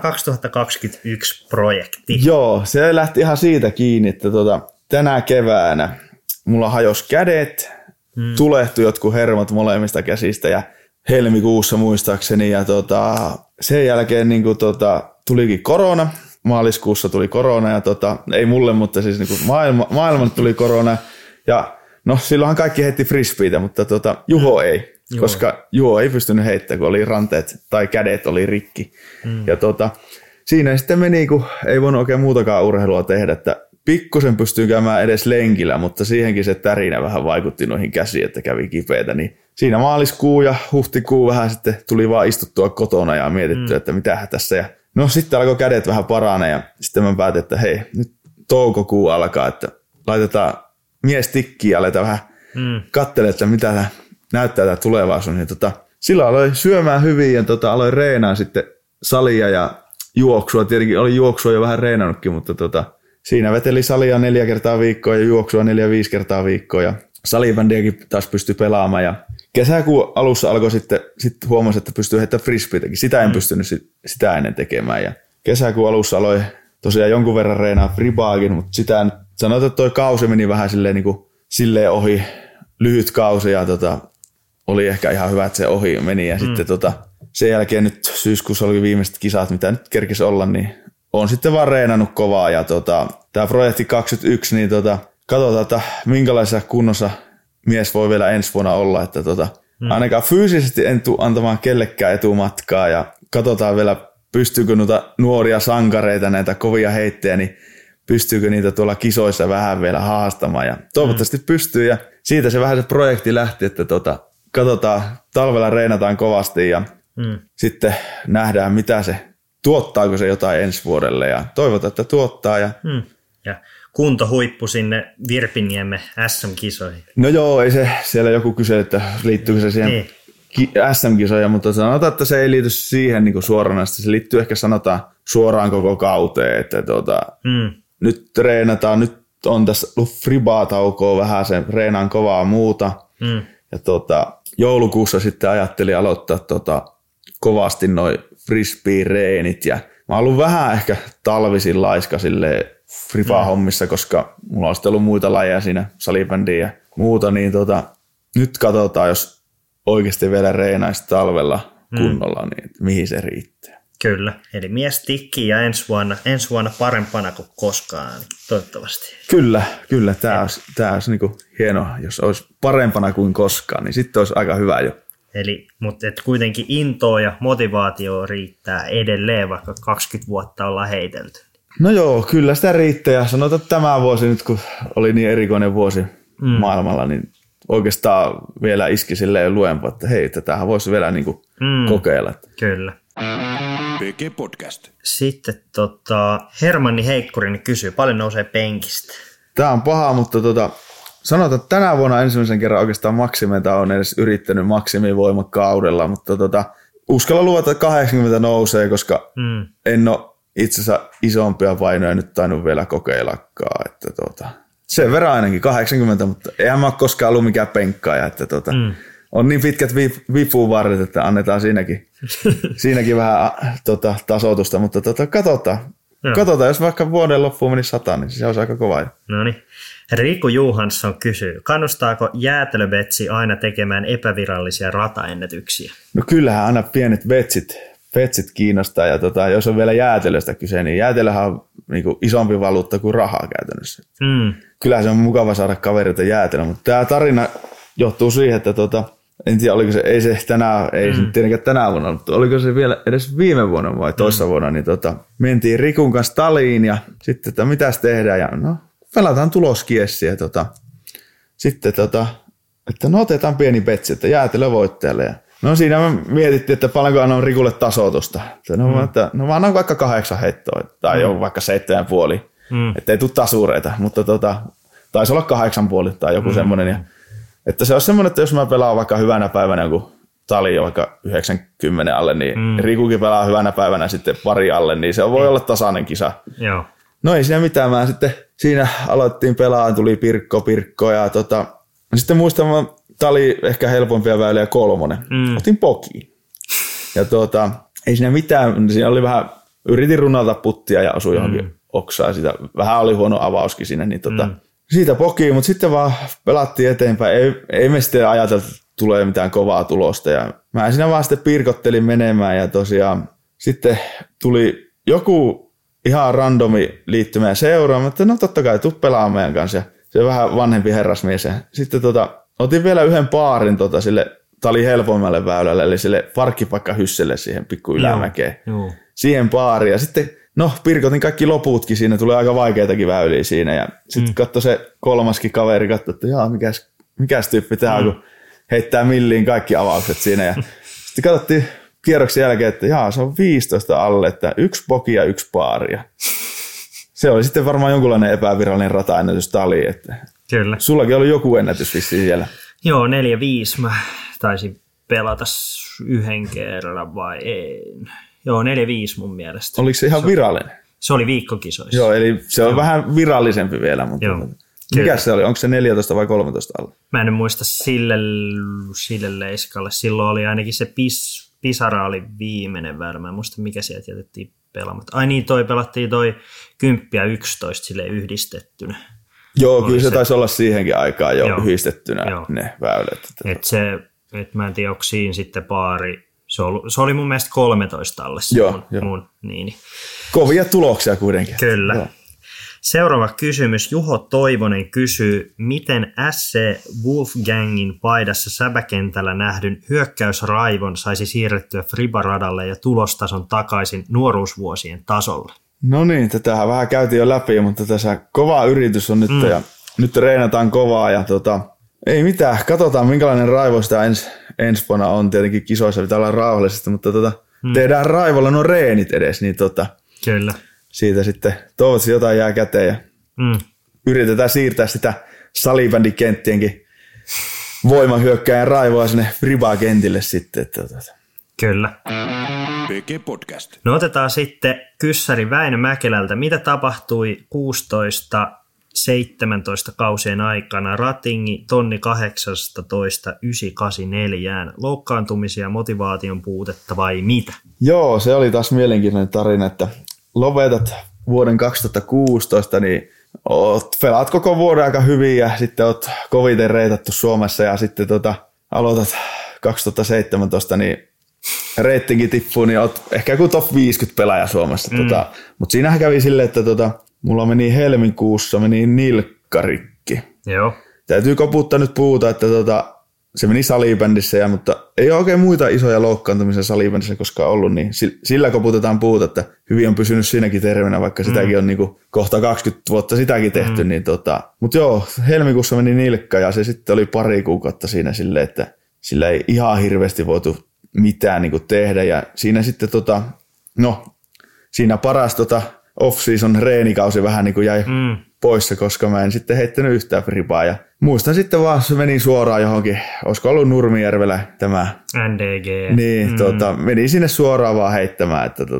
2021 projekti. Joo, se lähti ihan siitä kiinni, että tänä keväänä mulla hajosi kädet, tulehtui jotkut hermot molemmista käsistä ja helmikuussa muistaakseni. Ja sen jälkeen niin kuin, tulikin korona. Maaliskuussa tuli korona ja ei mulle, mutta siis niin maailman tuli korona ja no silloinhan kaikki heitti frisbeitä, mutta Juho ei, koska Juho ei pystynyt heittämään, kun oli ranteet tai kädet oli rikki. Ja siinä sitten meni, kun ei voinut oikein muutakaan urheilua tehdä, että pikkusen pystyy käymään edes lenkillä, mutta siihenkin se tärinä vähän vaikutti noihin käsiin, että kävi kipeätä, niin siinä maaliskuu ja huhtikuu vähän sitten tuli vaan istuttua kotona ja mietittyä, että mitähän tässä ja no sitten alkoi kädet vähän paranee ja sitten mä päätin, että hei, nyt toukokuu alkaa, että laitetaan mies tikkiin ja aletaan vähän katselemaan, että mitä tämä näyttää tämä tulevaisuus. Niin silloin aloin syömään hyvin ja aloin reenaa sitten salia ja juoksua. Tietenkin oli juoksua jo vähän reenannutkin, mutta siinä veteli salia 4 kertaa viikkoa ja juoksua 4-5 kertaa viikkoa ja salibändiäkin taas pystyi pelaamaan ja kesäkuun alussa alkoi sitten huomasi, että pystyy heittämään frisbeetäkin. Sitä en pystynyt sitä ennen tekemään. Ja kesäkuun alussa aloin tosiaan jonkun verran reenaa fribaakin, mutta sitä sanotaan, että toi kausi meni vähän silleen ohi, lyhyt kausi ja oli ehkä ihan hyvä, että se ohi meni. Ja sitten sen jälkeen nyt syyskuussa oli viimeiset kisat, mitä nyt kerkisi olla, niin on sitten vaan reenannut kovaa. Ja tämä projekti 21, niin katsotaan, että minkälaisessa kunnossa mies voi vielä ensi vuonna olla, että ainakaan fyysisesti en tule antamaan kellekään etumatkaa ja katsotaan vielä, pystyykö noita nuoria sankareita, näitä kovia heittejä, niin pystyykö niitä tuolla kisoissa vähän vielä haastamaan ja toivottavasti pystyy ja siitä se vähän se projekti lähti, että katsotaan, talvella reenataan kovasti ja sitten nähdään mitä se, tuottaako se jotain ensi vuodelle ja toivotaan, että tuottaa ja kuntohuippu sinne Virpiniemen SM-kisoihin. No joo, ei se, siellä joku kyseli, että liittyykö se siihen SM-kisoihin, mutta sanotaan, että se ei liity siihen niin suoranaisesti. Se liittyy ehkä sanotaan suoraan koko kauteen, että nyt treenataan, nyt on tässä ollut fribaa-taukoa vähän, se reenaan kovaa muuta. Ja joulukuussa sitten ajattelin aloittaa kovasti noi frisbee-reenit ja mä oon ollut vähän ehkä talvisin laiska silleen friba-hommissa, koska mulla on sitten ollut muita lajeja siinä, salibändiä ja muuta, niin nyt katsotaan, jos oikeasti vielä reenaisi talvella kunnolla, niin mihin se riittää. Kyllä, eli mies tikkii ja ensi vuonna parempana kuin koskaan, toivottavasti. Kyllä, tämä olisi niinku hienoa, jos olisi parempana kuin koskaan, niin sitten olisi aika hyvä jo. Mutta kuitenkin intoa ja motivaatio riittää edelleen, vaikka 20 vuotta ollaan heitelty. No joo, kyllä sitä riittää ja sanotaan, että tämä vuosi nyt, kun oli niin erikoinen vuosi maailmalla, niin oikeastaan vielä iski silleen luempa, että hei, tätähän voisi vielä niinku kokeilla. Kyllä. PG Podcast. Sitten Hermanni Heikkurinen kysyy, paljon nousee penkistä? Tämä on paha, mutta sanotaan, että tänä vuonna ensimmäisen kerran oikeastaan maksimeita on edes yrittänyt maksimivoimakaudella, mutta uskalla luvata, että 80 nousee, koska en ole itse asiassa isompia painoja nyt tainnut vielä kokeillakaan. Että sen verran ainakin 80, mutta eihän mä ole koskaan ollut mikään penkkaaja. Että on niin pitkät vipuvarret, että annetaan siinäkin vähän tasoitusta, mutta katsotaan. Joo. Katsotaan, jos vaikka vuoden loppuun menisi 100, niin se olisi aika kova. No niin. Riku Johansson kysyy, kannustaako jäätelövetsi aina tekemään epävirallisia rataennätyksiä? No kyllähän aina pienet vetsit kiinnostaa, ja jos on vielä jäätelöstä kyse, niin jäätelöhän on niinku isompi valuutta kuin rahaa käytännössä. Kyllähän se on mukava saada kaverilta jäätelö, mutta tämä tarina johtuu siihen, että en tiedä, oliko se, ei se tietenkään tänä vuonna, mutta oliko se vielä edes viime vuonna vai toissa vuonna, niin mentiin Rikun kanssa Taliin ja sitten, että mitäs tehdään, ja no pelataan tuloskiessiä, sitten, että no otetaan pieni betsi, että jäätelö voittajalle, ja no siinä me mietittiin, että paljonko annan Rikulle tasoitusta, että no annan vaikka 8 heittoa, tai jo vaikka 7,5, että ei tule tasureita, mutta taisi olla 8,5 tai joku semmoinen, ja että se on semmoinen, että jos mä pelaan vaikka hyvänä päivänä joku Tali vaikka 90 alle, niin Rikukin pelaa hyvänä päivänä sitten pari alle, niin se voi olla tasainen kisa. Joo. No ei siinä mitään, mä sitten siinä aloittiin pelaamaan, tuli Pirkko ja sitten muistan, Tali ehkä helpompia väyliä 3. Otin pokiin. Ja ei siinä mitään, siinä oli vähän, yritin runalta puttia ja osui johonkin oksaan, sitä vähän oli huono avauskin siinä, niin siitä pokiin, mutta sitten vaan pelattiin eteenpäin. Ei me sitten ajateltu, että tulee mitään kovaa tulosta. Ja mä siinä vaan sitten pirkottelin menemään ja tosiaan sitten tuli joku ihan randomi liittymään seuraan, että no totta kai tuu pelaamaan meidän kanssa. Ja se on vähän vanhempi herrasmies. Ja sitten otin vielä yhden paarin sille, tää oli helpommalle väylälle, eli sille parkkipaikkahysselle siihen pikku ylämäkeen. Siihen paariin. Ja sitten pirkotin kaikki loputkin siinä, tulee aika vaikeitakin väyliä siinä. Ja sitten katsoi se kolmaskin kaveri, katsoi, että mikäs tyyppi tää on, kun heittää milliin kaikki avaukset siinä. Ja sitten katsottiin kierroksen jälkeen, että se on 15 alle, että 1 poki ja 1 paari. Se oli sitten varmaan jonkunlainen epävirallinen rataennätys Tali. Että kyllä. Sullakin oli joku ennätys vissiin siellä. Joo, 4-5 mä taisin pelata yhden kerran vai en. Joo, 4-5 mun mielestä. Oliko se ihan virallinen? Se oli viikkokisoissa. Joo, eli se on vähän virallisempi vielä. Mutta mikä se oli? Onko se 14 vai 13 alla? Mä en muista sille leiskalle. Silloin oli ainakin se Pisara oli viimeinen väylä. Mä en muista, mikä sieltä jätettiin pelaamatta. Ai niin, pelattiin 10 ja 11 silleen yhdistettynä. Joo, kyllä se taisi olla siihenkin aikaan jo yhdistettynä ne väylät. Mä en tiedä, onko siinä sitten paari. Se oli mun mielestä 13 alle. Niin. Kovia tuloksia kuitenkin. Kyllä. Joo. Seuraava kysymys. Juho Toivonen kysyy, miten SC Wolfgangin paidassa säbäkentällä nähdyn hyökkäysraivon saisi siirrettyä Friba-radalle ja tulostason takaisin nuoruusvuosien tasolle? No niin, tätähän vähän käytiin jo läpi, mutta tässä kova yritys on nyt ja nyt reenataan kovaa ja ei mitään, katsotaan minkälainen raivo sitä ensi vuonna on. Tietenkin kisoissa pitää olla rauhallisesti, mutta tehdään raivolla nuo reenit edes, niin kyllä. Siitä sitten toivottavasti jotain jää käteen ja yritetään siirtää sitä salibändikenttienkin voimahyökkääjän raivoa sinne Friba-kentille sitten. Kyllä. PG Podcast. No otetaan sitten kyssäri Väinö Mäkelältä. Mitä tapahtui 16-17 kausien aikana Ratingi tonni 18 984? Loukkaantumisia, motivaation puutetta vai mitä? Joo, se oli taas mielenkiintoinen tarina, että lopetat vuoden 2016, niin pelaat koko vuoden aika hyvin ja sitten oot koviten reitattu Suomessa ja sitten aloitat 2017, niin reitingi tippuu, niin oot ehkä joku top 50 pelaaja Suomessa. Mutta siinähän kävi silleen, että mulla meni helmikuussa nilkkarikki. Joo. Täytyy koputtaa nyt puuta, että se meni salibändissä, mutta ei ole oikein muita isoja loukkaantumisia salibändissä koskaan ollut, niin sillä koputetaan puuta, että hyvin on pysynyt siinäkin terveenä, vaikka sitäkin on niinku kohta 20 vuotta sitäkin tehty. Niin mutta joo, helmikuussa meni nilkka ja se sitten oli pari kuukautta siinä silleen, että sillä ei ihan hirveästi voitu mitään niinku tehdä ja siinä sitten siinä paras off-season reenikausi vähän niin kuin jäi poissa, koska mä en sitten heittänyt yhtään fribaa. Ja muistan sitten vaan, se meni suoraan johonkin, olisiko ollut Nurmijärvellä tämä NDG. Niin, meni sinne suoraan vaan heittämään, että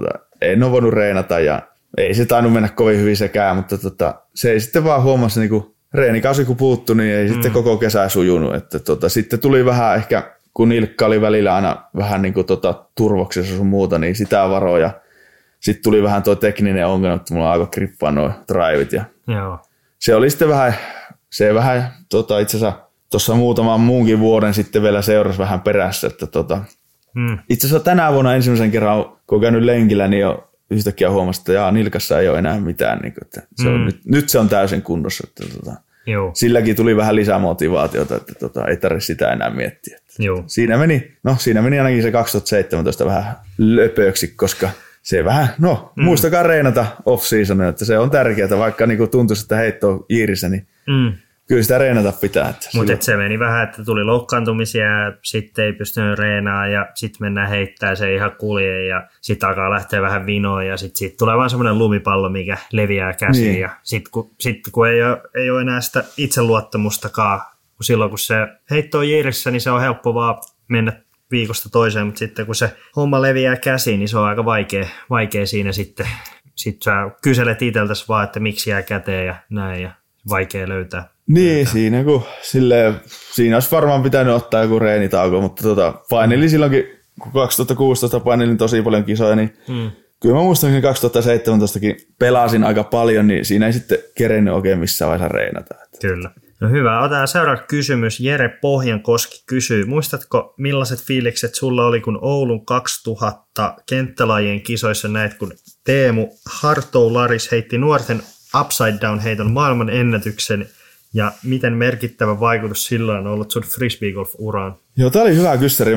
en ole voinut reenata ja ei se tainnut mennä kovin hyvin sekään, mutta se ei sitten vaan huomasi, niin kun reenikausi kun puuttui, niin ei sitten koko kesä sujunut. Että sitten tuli vähän ehkä, kun nilkka oli välillä aina vähän niin kuin turvoksessa sun muuta, niin sitä varoja. Sitten tuli vähän tuo tekninen ongelma, että mulla alkoi krippaa nuo drivit. Ja joo. Se oli sitten vähän itse asiassa tuossa muutaman muunkin vuoden sitten vielä seurasi vähän perässä. Että itse asiassa tänä vuonna ensimmäisen kerran, kun on käynyt lenkillä, niin jo yhtäkkiä huomasi, että nilkassa ei ole enää mitään. Niin kuin, että se on, nyt se on täysin kunnossa. Että silläkin tuli vähän lisää motivaatiota, että ei tarvitse sitä enää miettiä. Siinä meni ainakin se 2017 vähän löpöksi, koska se vähän, muistakaa reenata off-season, että se on tärkeää, vaikka niin tuntuisi, että heitto on iirissä, niin kyllä sitä reenata pitää. Mutta se meni vähän, että tuli loukkaantumisia ja sitten ei pystynyt reenaamaan ja sitten mennään heittämään, se ei ihan kulje ja sitten alkaa lähteä vähän vinoon ja sitten siitä tulee vaan semmoinen lumipallo, mikä leviää käsiin niin. Ja sitten kun ei ole enää sitä itseluottamustakaan, kun silloin kun se heitto on iirissä, niin se on helppo vaan mennä viikosta toiseen, mutta sitten kun se homma leviää käsiin, niin se on aika vaikea siinä sitten. Sitten sä kyselet itseltäsi vaan, että miksi jää käteen ja näin ja vaikea löytää. Niin, siinä olisi varmaan pitänyt ottaa joku reenitauko, mutta painelin silloinkin, kun 2016 painelin tosi paljon kisoja, niin kyllä mä muistan, että 2017kin pelasin aika paljon, niin siinä ei sitten kerennyt oikein missään vaiheessa reenata. Kyllä. No hyvä, otetaan seuraava kysymys. Jere Pohjankoski kysyy, muistatko millaiset fiilikset sulla oli, kun Oulun 2000 kenttälajien kisoissa näit, kun Teemu Hartoularis heitti nuorten upside down heiton maailman ennätyksen ja miten merkittävä vaikutus sillä on ollut sun frisbeegolf-uraan? Joo, tää oli hyvä kyssäri.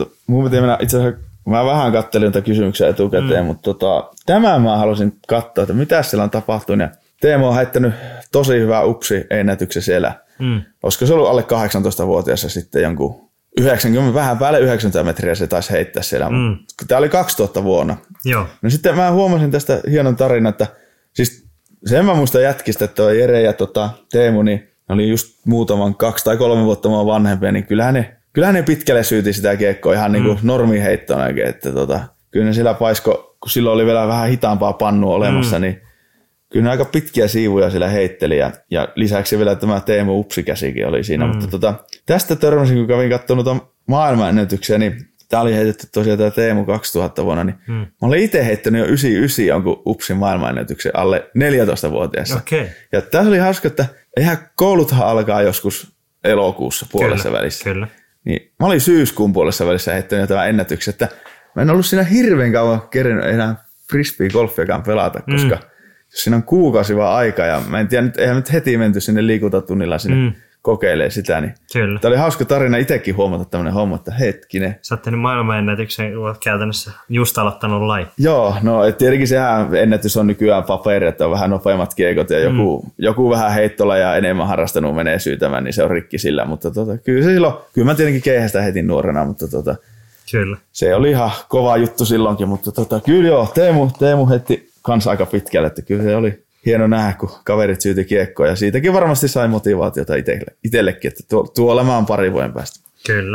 Mä vähän kattelin tätä kysymyksiä etukäteen, mutta tämän mä halusin katsoa, että mitä siellä on tapahtunut. Ja Teemu on heittänyt tosi hyvää upsi-ennätyksen siellä. Olisiko se ollut alle 18-vuotiaassa sitten jonkun 90, vähän päälle 90 metriä se taisi heittää siellä. Tämä oli 2000 vuonna. Joo. No sitten mä huomasin tästä hienon tarinan, että siis sen mä muistan jätkistä, että Jere ja Teemu niin oli just muutaman 2 tai 3 vuotta mua vanhempia, niin kyllähän ne pitkälle syyti sitä kiekkoa ihan niin kuin normiheittoon oikein. Että kyllä ne siellä paisko, kun silloin oli vielä vähän hitaampaa pannua olemassa, niin kyllä ne aika pitkiä siivuja siellä heitteli ja lisäksi vielä tämä Teemu upsikäsikin oli siinä. Mutta tästä törmäsin, kun kävin katsomaan maailmanennätyksiä, niin tämä oli heitetty tosiaan tämä Teemu 2000 vuonna, niin mä olin itse heittänyt jo 99 jonkun upsin maailmanennätyksen alle 14-vuotiaassa. Okay. Ja tässä oli hauska, että eihän kouluthan alkaa joskus elokuussa puolessa välissä. Kyllä. Niin mä olin syyskuun puolessa välissä heittänyt tämän ennätyksen, että mä en ollut siinä hirveän kauan kerennyt enää frisbee-golfiakaan pelata, koska jos siinä on kuukausi vaan aika ja mä en tiedä, eihän nyt heti menty sinne liikuntatunnilla sinne kokeilee sitä, niin kyllä. Tämä oli hauska tarina itsekin huomata tämmöinen homma, että hetkinen. Sä oot tehnyt maailmanennätyksen, kun oot käytännössä just aloittanut laji. Joo, no tietenkin sehän ennätys on nykyään paperi, että on vähän nopeammat kiekot ja joku vähän heittolla ja enemmän harrastanut menee syytämään, niin se on rikki sillä, mutta kyllä se silloin, kyllä mä tietenkin keihästä heti nuorena, mutta kyllä. Se oli ihan kova juttu silloinkin, mutta kyllä joo, Teemu heitti kanssa aika pitkälle, että kyllä se oli hieno nähdä, kun kaverit syyti kiekkoa ja siitäkin varmasti sai motivaatiota itsellekin, että tuolla mä oon parin vuoden päästä. Kyllä.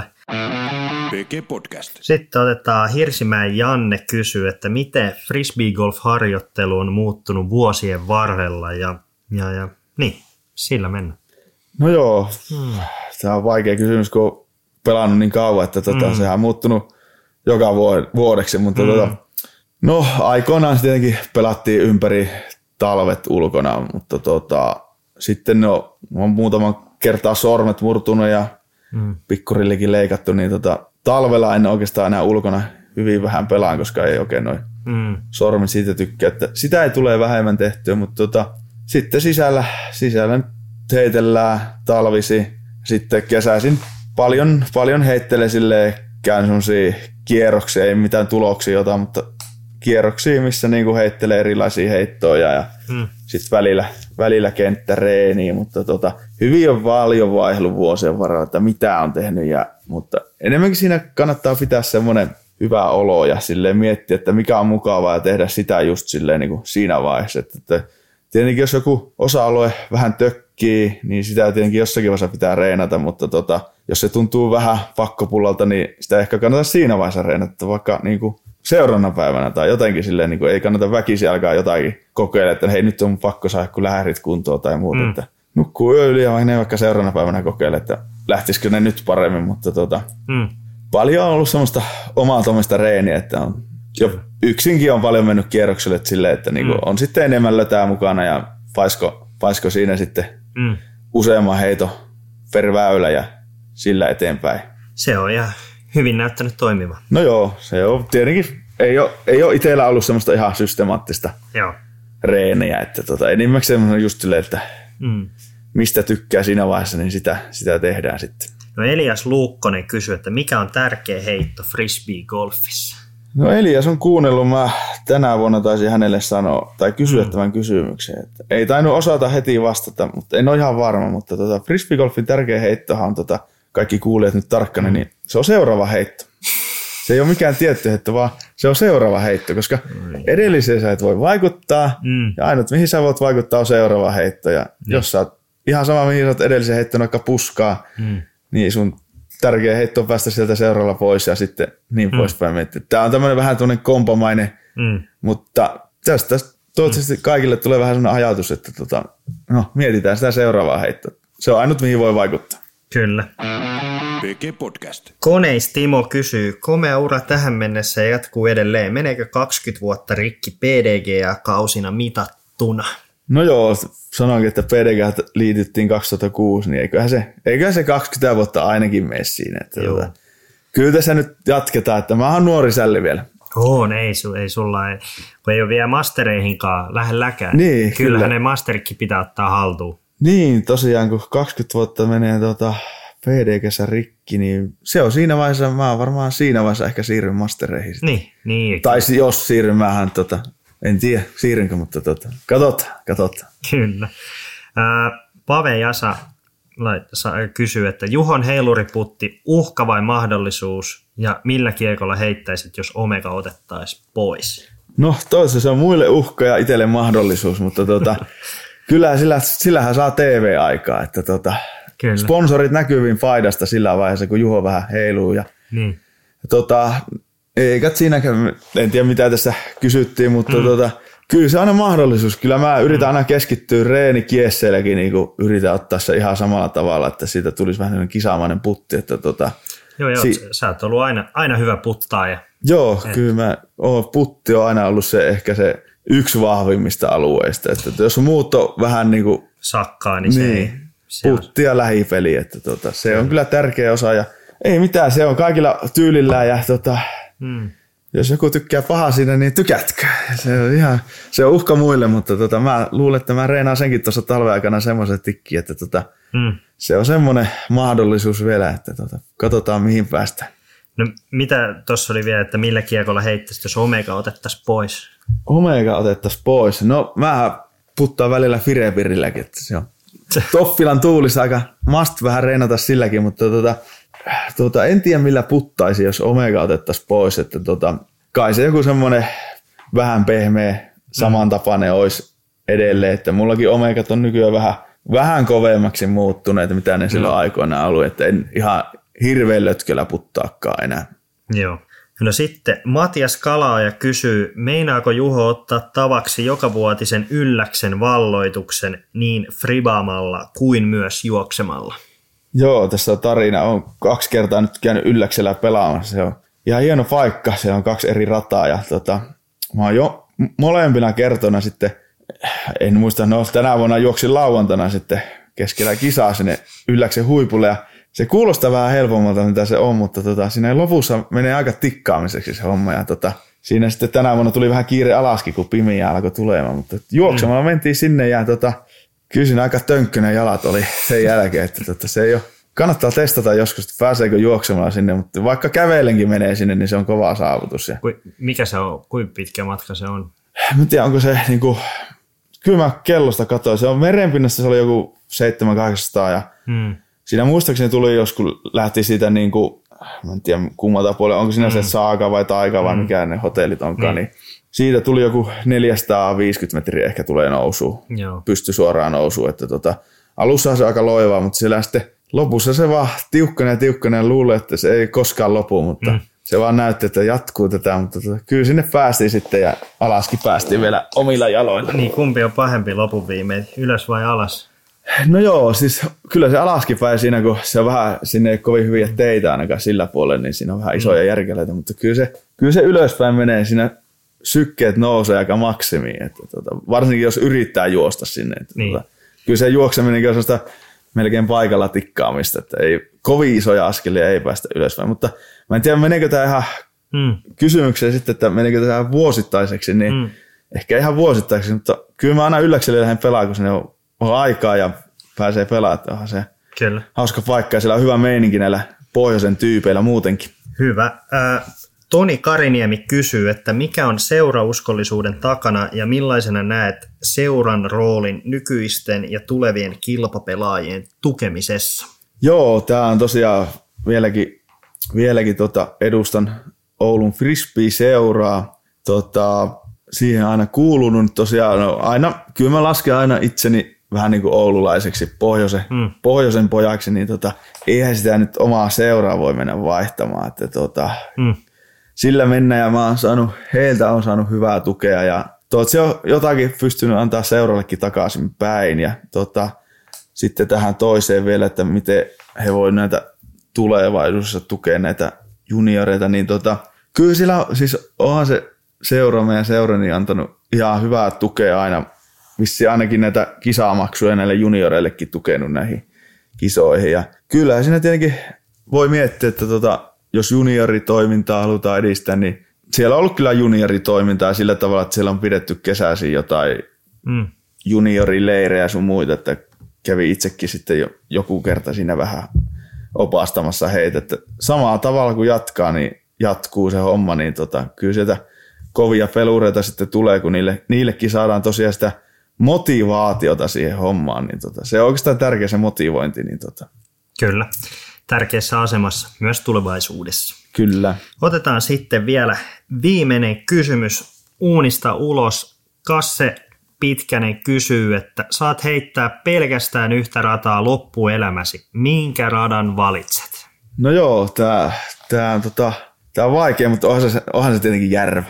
PG Podcast. Sitten otetaan Hirsimäen Janne kysyy, että miten frisbeegolf-harjoittelu on muuttunut vuosien varrella ja niin, sillä mennään. No joo, tämä on vaikea kysymys, kun on pelannut niin kauan, että sehän on muuttunut joka vuodeksi, mutta no aikoinaan tietenkin pelattiin ympäri talvet ulkona, mutta sitten on muutaman kertaa sormet murtunut ja pikkurillikin leikattu, niin talvella en oikeastaan enää ulkona hyvin vähän pelaan, koska ei oikein noin sormet siitä tykkää, että sitä ei tule vähemmän tehtyä, mutta sitten sisällä heitellään talvisi, sitten kesäisin paljon heittelen silleen, käyn sellaisia kierroksia, ei mitään tuloksia ota, mutta kierroksia, missä niinku heittelee erilaisia heittoja ja sitten välillä kenttäreeniä, mutta hyvin on paljon vaihdellut vuosien varrella, että mitä on tehnyt, mutta enemmänkin siinä kannattaa pitää semmoinen hyvä olo ja silleen miettiä, että mikä on mukavaa ja tehdä sitä just silleen niin kuin siinä vaiheessa, että tietenkin jos joku osa-alue vähän tökkii, niin sitä tietenkin jossakin vaiheessa pitää reenata, mutta jos se tuntuu vähän pakkopullalta, niin sitä ehkä kannata siinä vaiheessa reenata, vaikka niin kuin seuraavana päivänä tai jotenkin silleen, niin kuin ei kannata väkisin alkaa jotakin kokeilla, että hei nyt on pakko saada kun lähärit kuntoon tai muuta, että nukkuu yö yli ja vaikka seuraavana päivänä kokeilla, että lähtisikö ne nyt paremmin, mutta paljon on ollut semmoista omaa tuommoista reeniä, että on jo yksinkin on paljon mennyt kierrokselle silleen, että niinku on sitten enemmän lötää mukana ja paisko siinä sitten useamman heito per väylä ja sillä eteenpäin. Se on ihan hyvin näyttänyt toimiva. No joo, se on tietenkin, ei ole itsellä ollut semmoista ihan systemaattista reeniä, että enimmäkseen semmoinen just silleen, että mistä tykkää siinä vaiheessa, niin sitä tehdään sitten. No Elias Luukkonen kysyy, että mikä on tärkeä heitto frisbee-golfissa? No Elias on kuunnellut, mä tänä vuonna taisin hänelle sanoa tai kysyä tämän kysymyksen. Että ei tainnut osata heti vastata, mutta en ole ihan varma, mutta frisbee-golfin tärkeä heittohan on kaikki kuulijat nyt tarkkana, niin se on seuraava heitto. Se ei ole mikään tietty heitto, vaan se on seuraava heitto, koska edelliseen sä et voi vaikuttaa ja ainut mihin sä voit vaikuttaa on seuraava heitto. Ja jos sä oot ihan sama mihin sä oot edellisen heitton vaikka puskaa, niin sun tärkeä heitto on päästä sieltä seuraavalla pois ja sitten niin poispäin. Tämä on tämmöinen vähän tuollainen kompomainen, mutta tästä toivottavasti kaikille tulee vähän sellainen ajatus, että mietitään sitä seuraavaa heittoa. Se on ainut mihin voi vaikuttaa. Kyllä. PG Podcast. Koneis Timo kysyy, komea ura tähän mennessä ja jatkuu edelleen. Meneekö 20 vuotta rikki PDGA-kausina mitattuna? No joo, sanoinkin, että PDG liityttiin 2006, niin eiköhän se 20 vuotta ainakin mene siinä. Että kyllä tässä nyt jatketaan, että mä oon nuori sälli vielä. Ei sulla, kun ei ole vielä mastereihinkaan lähelläkään. Niin, kyllähän ne masterikki pitää ottaa haltuun. Niin, tosiaan kun 20 vuotta menee PDG:ssä rikki, niin se on siinä vaiheessa, mä varmaan siinä vaiheessa ehkä siirryn mastereihin. Niin. Tai jos siirryn, mähän en tiedä, siirrynkö, mutta katsotaan. Kyllä. Pave Jasa kysyy, että Juhon heiluriputti, uhka vai mahdollisuus, ja millä kiekolla heittäisit, jos Omega otettaisiin pois? No toisaalta se on muille uhka ja itselle mahdollisuus, mutta kyllä sillähän saa TV-aikaa, että sponsorit näkyviin faidasta sillä vaiheessa, kun Juho vähän heiluu. Ja, eikä siinäkään, en tiedä mitä tässä kysyttiin, mutta kyllä se on aina mahdollisuus. Kyllä mä yritän aina keskittyä reenikiesseilläkin, niin yritän ottaa se ihan samalla tavalla, että siitä tulisi vähän kisaamainen putti. Että sä oot ollut aina hyvä puttaaja. Joo, kyllä putti on aina ollut ehkä se yksi vahvimmista alueista. Että jos muut on vähän niin kuin sakkaa, niin putti ja lähipeli. Että se on kyllä tärkeä osa ja ei mitään, se on kaikilla tyylillään ja jos joku tykkää pahaa siinä, niin tykätkö. Se on uhka muille, mutta mä luulen, että mä reenaan senkin tuossa talven aikana semmoisen tikkiin, että se on semmoinen mahdollisuus vielä, että katsotaan mihin päästään. No mitä tuossa oli vielä, että millä kiekolla heittäisit, jos Omega otettaisiin pois? Omega otettaisiin pois? No mä puttaan välillä Firebirilläkin, että se on Toffilan tuulissa aika must vähän reenata silläkin, mutta en tiedä millä puttaisi, jos Omega otettaisiin pois, että kai se joku semmoinen vähän pehmeä samantapainen olisi edelleen, että mullakin Omegat on nykyään vähän kovemmaksi muuttuneet, mitä ne silloin aikoinaan ollut, että en ihan hirveän lötköllä puttaakaan enää. Joo. No sitten Matias Kalaaja kysyy, meinaako Juho ottaa tavaksi jokavuotisen Ylläksen valloituksen niin fribaamalla kuin myös juoksemalla? Joo, tässä on tarina. Olen 2 kertaa nyt käynyt Ylläksellä pelaamassa. Se on ihan hieno paikka. Se on 2 eri rataa. Ja mä oon jo molempina kertoina sitten, en muista, tänä vuonna juoksin lauantaina sitten keskellä kisaa sinne Ylläksen huipulle. Ja se kuulostaa vähän helpommalta, mitä se on, mutta siinä lopussa menee aika tikkaamiseksi se homma. Ja siinä sitten tänä vuonna tuli vähän kiire alaskin, kun pimiä alkoi tulemaan. Mutta juoksemalla mentiin sinne ja kyllä siinä aika tönkkönä jalat oli sen jälkeen, että se ei ole. Kannattaa testata joskus, että pääseekö juoksemalla sinne, mutta vaikka kävelenkin menee sinne, niin se on kova saavutus. Mikä se on? Kuinka pitkä matka se on? Mä tiedän, onko se kyllä mä kellosta katsoin. Se on merenpinnassa, se oli joku 700-800 ja siinä muistaakseni tuli joskus, lähti siitä mä en tiedä kummalta puolella, onko siinä se Saaga vai Taika vai mikä ne hotellit onkaan, niin siitä tuli joku 450 metriä ehkä tulee nousuun. Pysty suoraan nousuun. Että alussa se aika loivaa, mutta siellä sitten lopussa se vaan tiukkanee ja luulee, että se ei koskaan lopu, mutta se vaan näytti, että jatkuu tätä, mutta kyllä sinne päästiin sitten ja alaskin päästiin vielä omilla jaloilla. Niin, kumpi on pahempi lopun viimein, ylös vai alas? No joo, siis kyllä se alaskin päin siinä, kun se on vähän, sinne ei kovin hyviä teitä ainakaan sillä puolella, niin siinä on vähän isoja järkeleitä, mutta kyllä se ylöspäin menee, siinä sykkeet nousee aika maksimiin, että varsinkin jos yrittää juosta sinne. Että niin. Kyllä se juokseminen on sellaista melkein paikalla tikkaamista, että ei kovin isoja askelia ei päästä ylöspäin, mutta mä en tiedä, meneekö tämä ihan kysymykseen sitten, että meneekö tämä vuosittaiseksi, niin ehkä ihan vuosittaiseksi, mutta kyllä mä aina ylläkselle lähden pelaamaan, kun sinne on aikaa ja pääsee pelaamaan, että onhan se kyllä hauska paikka ja siellä on hyvä meininki näillä pohjoisen tyypeillä muutenkin. Hyvä. Toni Kariniemi kysyy, että mikä on seurauskollisuuden takana ja millaisena näet seuran roolin nykyisten ja tulevien kilpapelaajien tukemisessa? Joo, tämä on tosiaan vieläkin edustan Oulun Frisbee-seuraa. Siihen aina kuulunut tosiaan, kyllä mä lasken aina itseni vähän niin kuin oululaiseksi pohjoisen pojaksi, niin eihän sitä nyt omaa seuraa voi mennä vaihtamaan. Että sillä mennä ja heiltä on saanut hyvää tukea ja se on jotakin pystynyt antaa seurallekin takaisin päin ja sitten tähän toiseen vielä, että miten he voi näitä tulevaisuudessa tukea näitä junioreita, niin kyllä sillä siis onhan se meidän seurani antanut ihan hyvää tukea aina, vissiin ainakin näitä kisamaksuja näille junioreillekin tukenut näihin kisoihin ja kyllä siinä tietenkin voi miettiä, että jos junioritoimintaa halutaan edistää, niin siellä on ollut kyllä junioritoimintaa sillä tavalla, että siellä on pidetty kesäisin jotain juniorileirejä sun muita, että kävi itsekin sitten joku kerta siinä vähän opastamassa heitä, että samalla tavalla kun jatkaa, niin jatkuu se homma, niin kyllä sieltä kovia pelureita sitten tulee, kun niillekin saadaan tosiaan sitä motivaatiota siihen hommaan, niin se on oikeastaan tärkeä se motivointi. Niin Kyllä. Tärkeässä asemassa myös tulevaisuudessa. Kyllä. Otetaan sitten vielä viimeinen kysymys uunista ulos. Kasse Pitkänen kysyy, että saat heittää pelkästään yhtä rataa loppuelämäsi. Minkä radan valitset? No joo, tää on vaikea, mutta onhan se tietenkin Järvä.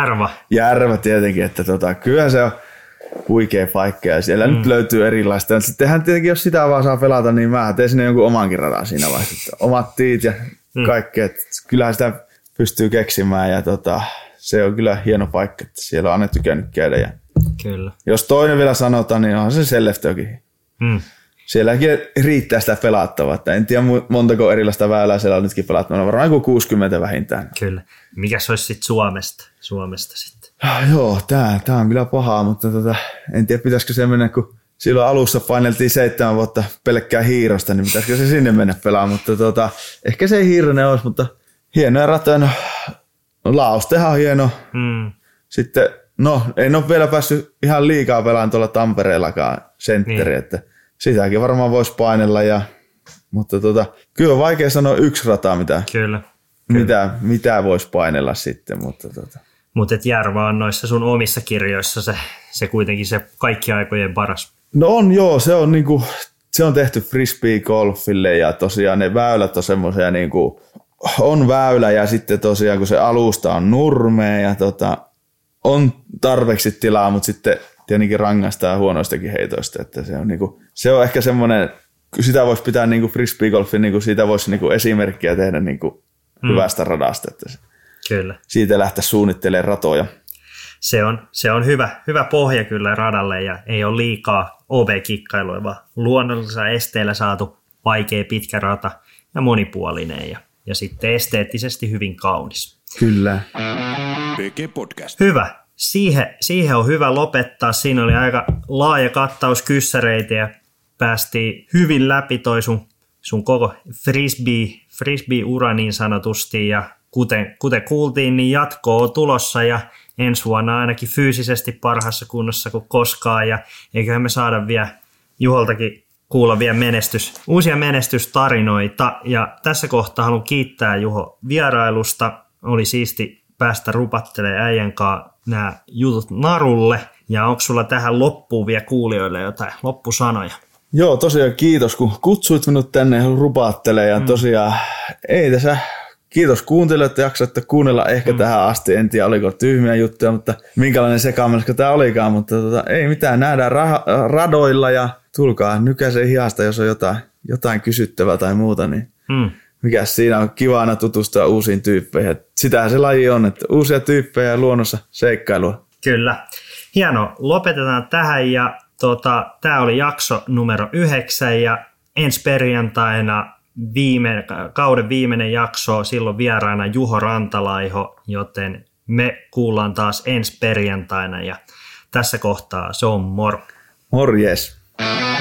Järvä tietenkin, että kyllä se on huikea paikka ja siellä nyt löytyy erilaista. Sittenhän tietenkin, jos sitä vaan saa pelata, niin mä teen sinne jonkun omankin radan siinä vaiheessa. Omat tiit ja kaikkea. Kyllähän sitä pystyy keksimään ja se on kyllä hieno paikka, että siellä on aina tykännyt käydä. Ja kyllä. Jos toinen vielä sanotaan, niin onhan se Sellefteökin. Sielläkin riittää sitä pelattavaa. En tiedä montako erilaista väylää siellä on nytkin pelattavaa. Varmaan joku 60 vähintään. Kyllä. Mikäs olisi sitten Suomesta sitten? Joo, tää on kyllä pahaa, mutta en tiedä pitäisikö se mennä, kun silloin alussa paineltiin 7 vuotta pelkkää hiirosta, niin pitäisikö se sinne mennä pelaamaan, mutta ehkä se ei hiironen olisi, mutta hienoja ratoja, Laustehan on hieno. Sitten, en ole vielä päässyt ihan liikaa pelaamaan tuolla Tampereellakaan sentteri, että sitäkin varmaan voisi painella, mutta kyllä on vaikea sanoa yksi rata, mitä voisi painella sitten, mutta Mutta Järvä on noissa sun omissa kirjoissa se kuitenkin se kaikki aikojen paras. No on joo, se on tehty frisbee-golfille ja tosiaan ne väylät on semmoisia on väylä ja sitten tosiaan kun se alusta on nurmea ja on tarpeeksi tilaa, mutta sitten tietenkin rangaistaan huonoistakin heitoista, että se on ehkä semmoinen, sitä voisi pitää frisbee-golfin, siitä voisi esimerkkiä tehdä hyvästä radasta, että kyllä. Siitä lähteä suunnittelemaan ratoja. Se on hyvä pohja kyllä radalle ja ei ole liikaa OB-kikkailua, vaan luonnollisella esteellä saatu vaikea pitkä rata ja monipuolinen ja sitten esteettisesti hyvin kaunis. Kyllä. Podcast. Hyvä. Siihen on hyvä lopettaa. Siinä oli aika laaja kattaus kyssäreitä ja päästiin hyvin läpi toi sun koko frisbee-ura niin sanotusti ja kuten kuultiin, niin jatko on tulossa ja ensi vuonna ainakin fyysisesti parhaassa kunnossa kuin koskaan ja eiköhän me saada vielä Juholtakin kuulla vielä uusia menestystarinoita ja tässä kohtaa haluan kiittää Juho vierailusta. Oli siisti päästä rupattelemaan äijän kanssa nämä jutut narulle. Ja onko sulla tähän loppuun vielä kuulijoille jotain loppusanoja? Joo, tosiaan kiitos, kun kutsuit minut tänne rupaattelemaan. Ja tosiaan ei tässä, kiitos kuuntelijoille, että jaksoitte kuunnella ehkä tähän asti. En tiedä, oliko tyhmiä juttuja, mutta minkälainen sekamelska tämä olikaan. Mutta ei mitään, nähdään radoilla ja tulkaa nykäisen hihasta, jos on jotain kysyttävää tai muuta. Niin mikäs siinä on kiva aina tutustua uusiin tyyppeihin. Sitähän se laji on, että uusia tyyppejä ja luonnossa seikkailua. Kyllä. Hieno. Lopetetaan tähän ja tämä oli jakso numero 9 ja ensi perjantaina kauden viimeinen jakso, silloin vieraana Juho Rantalaiho, joten me kuullaan taas ensi perjantaina ja tässä kohtaa se on moro. Morjes.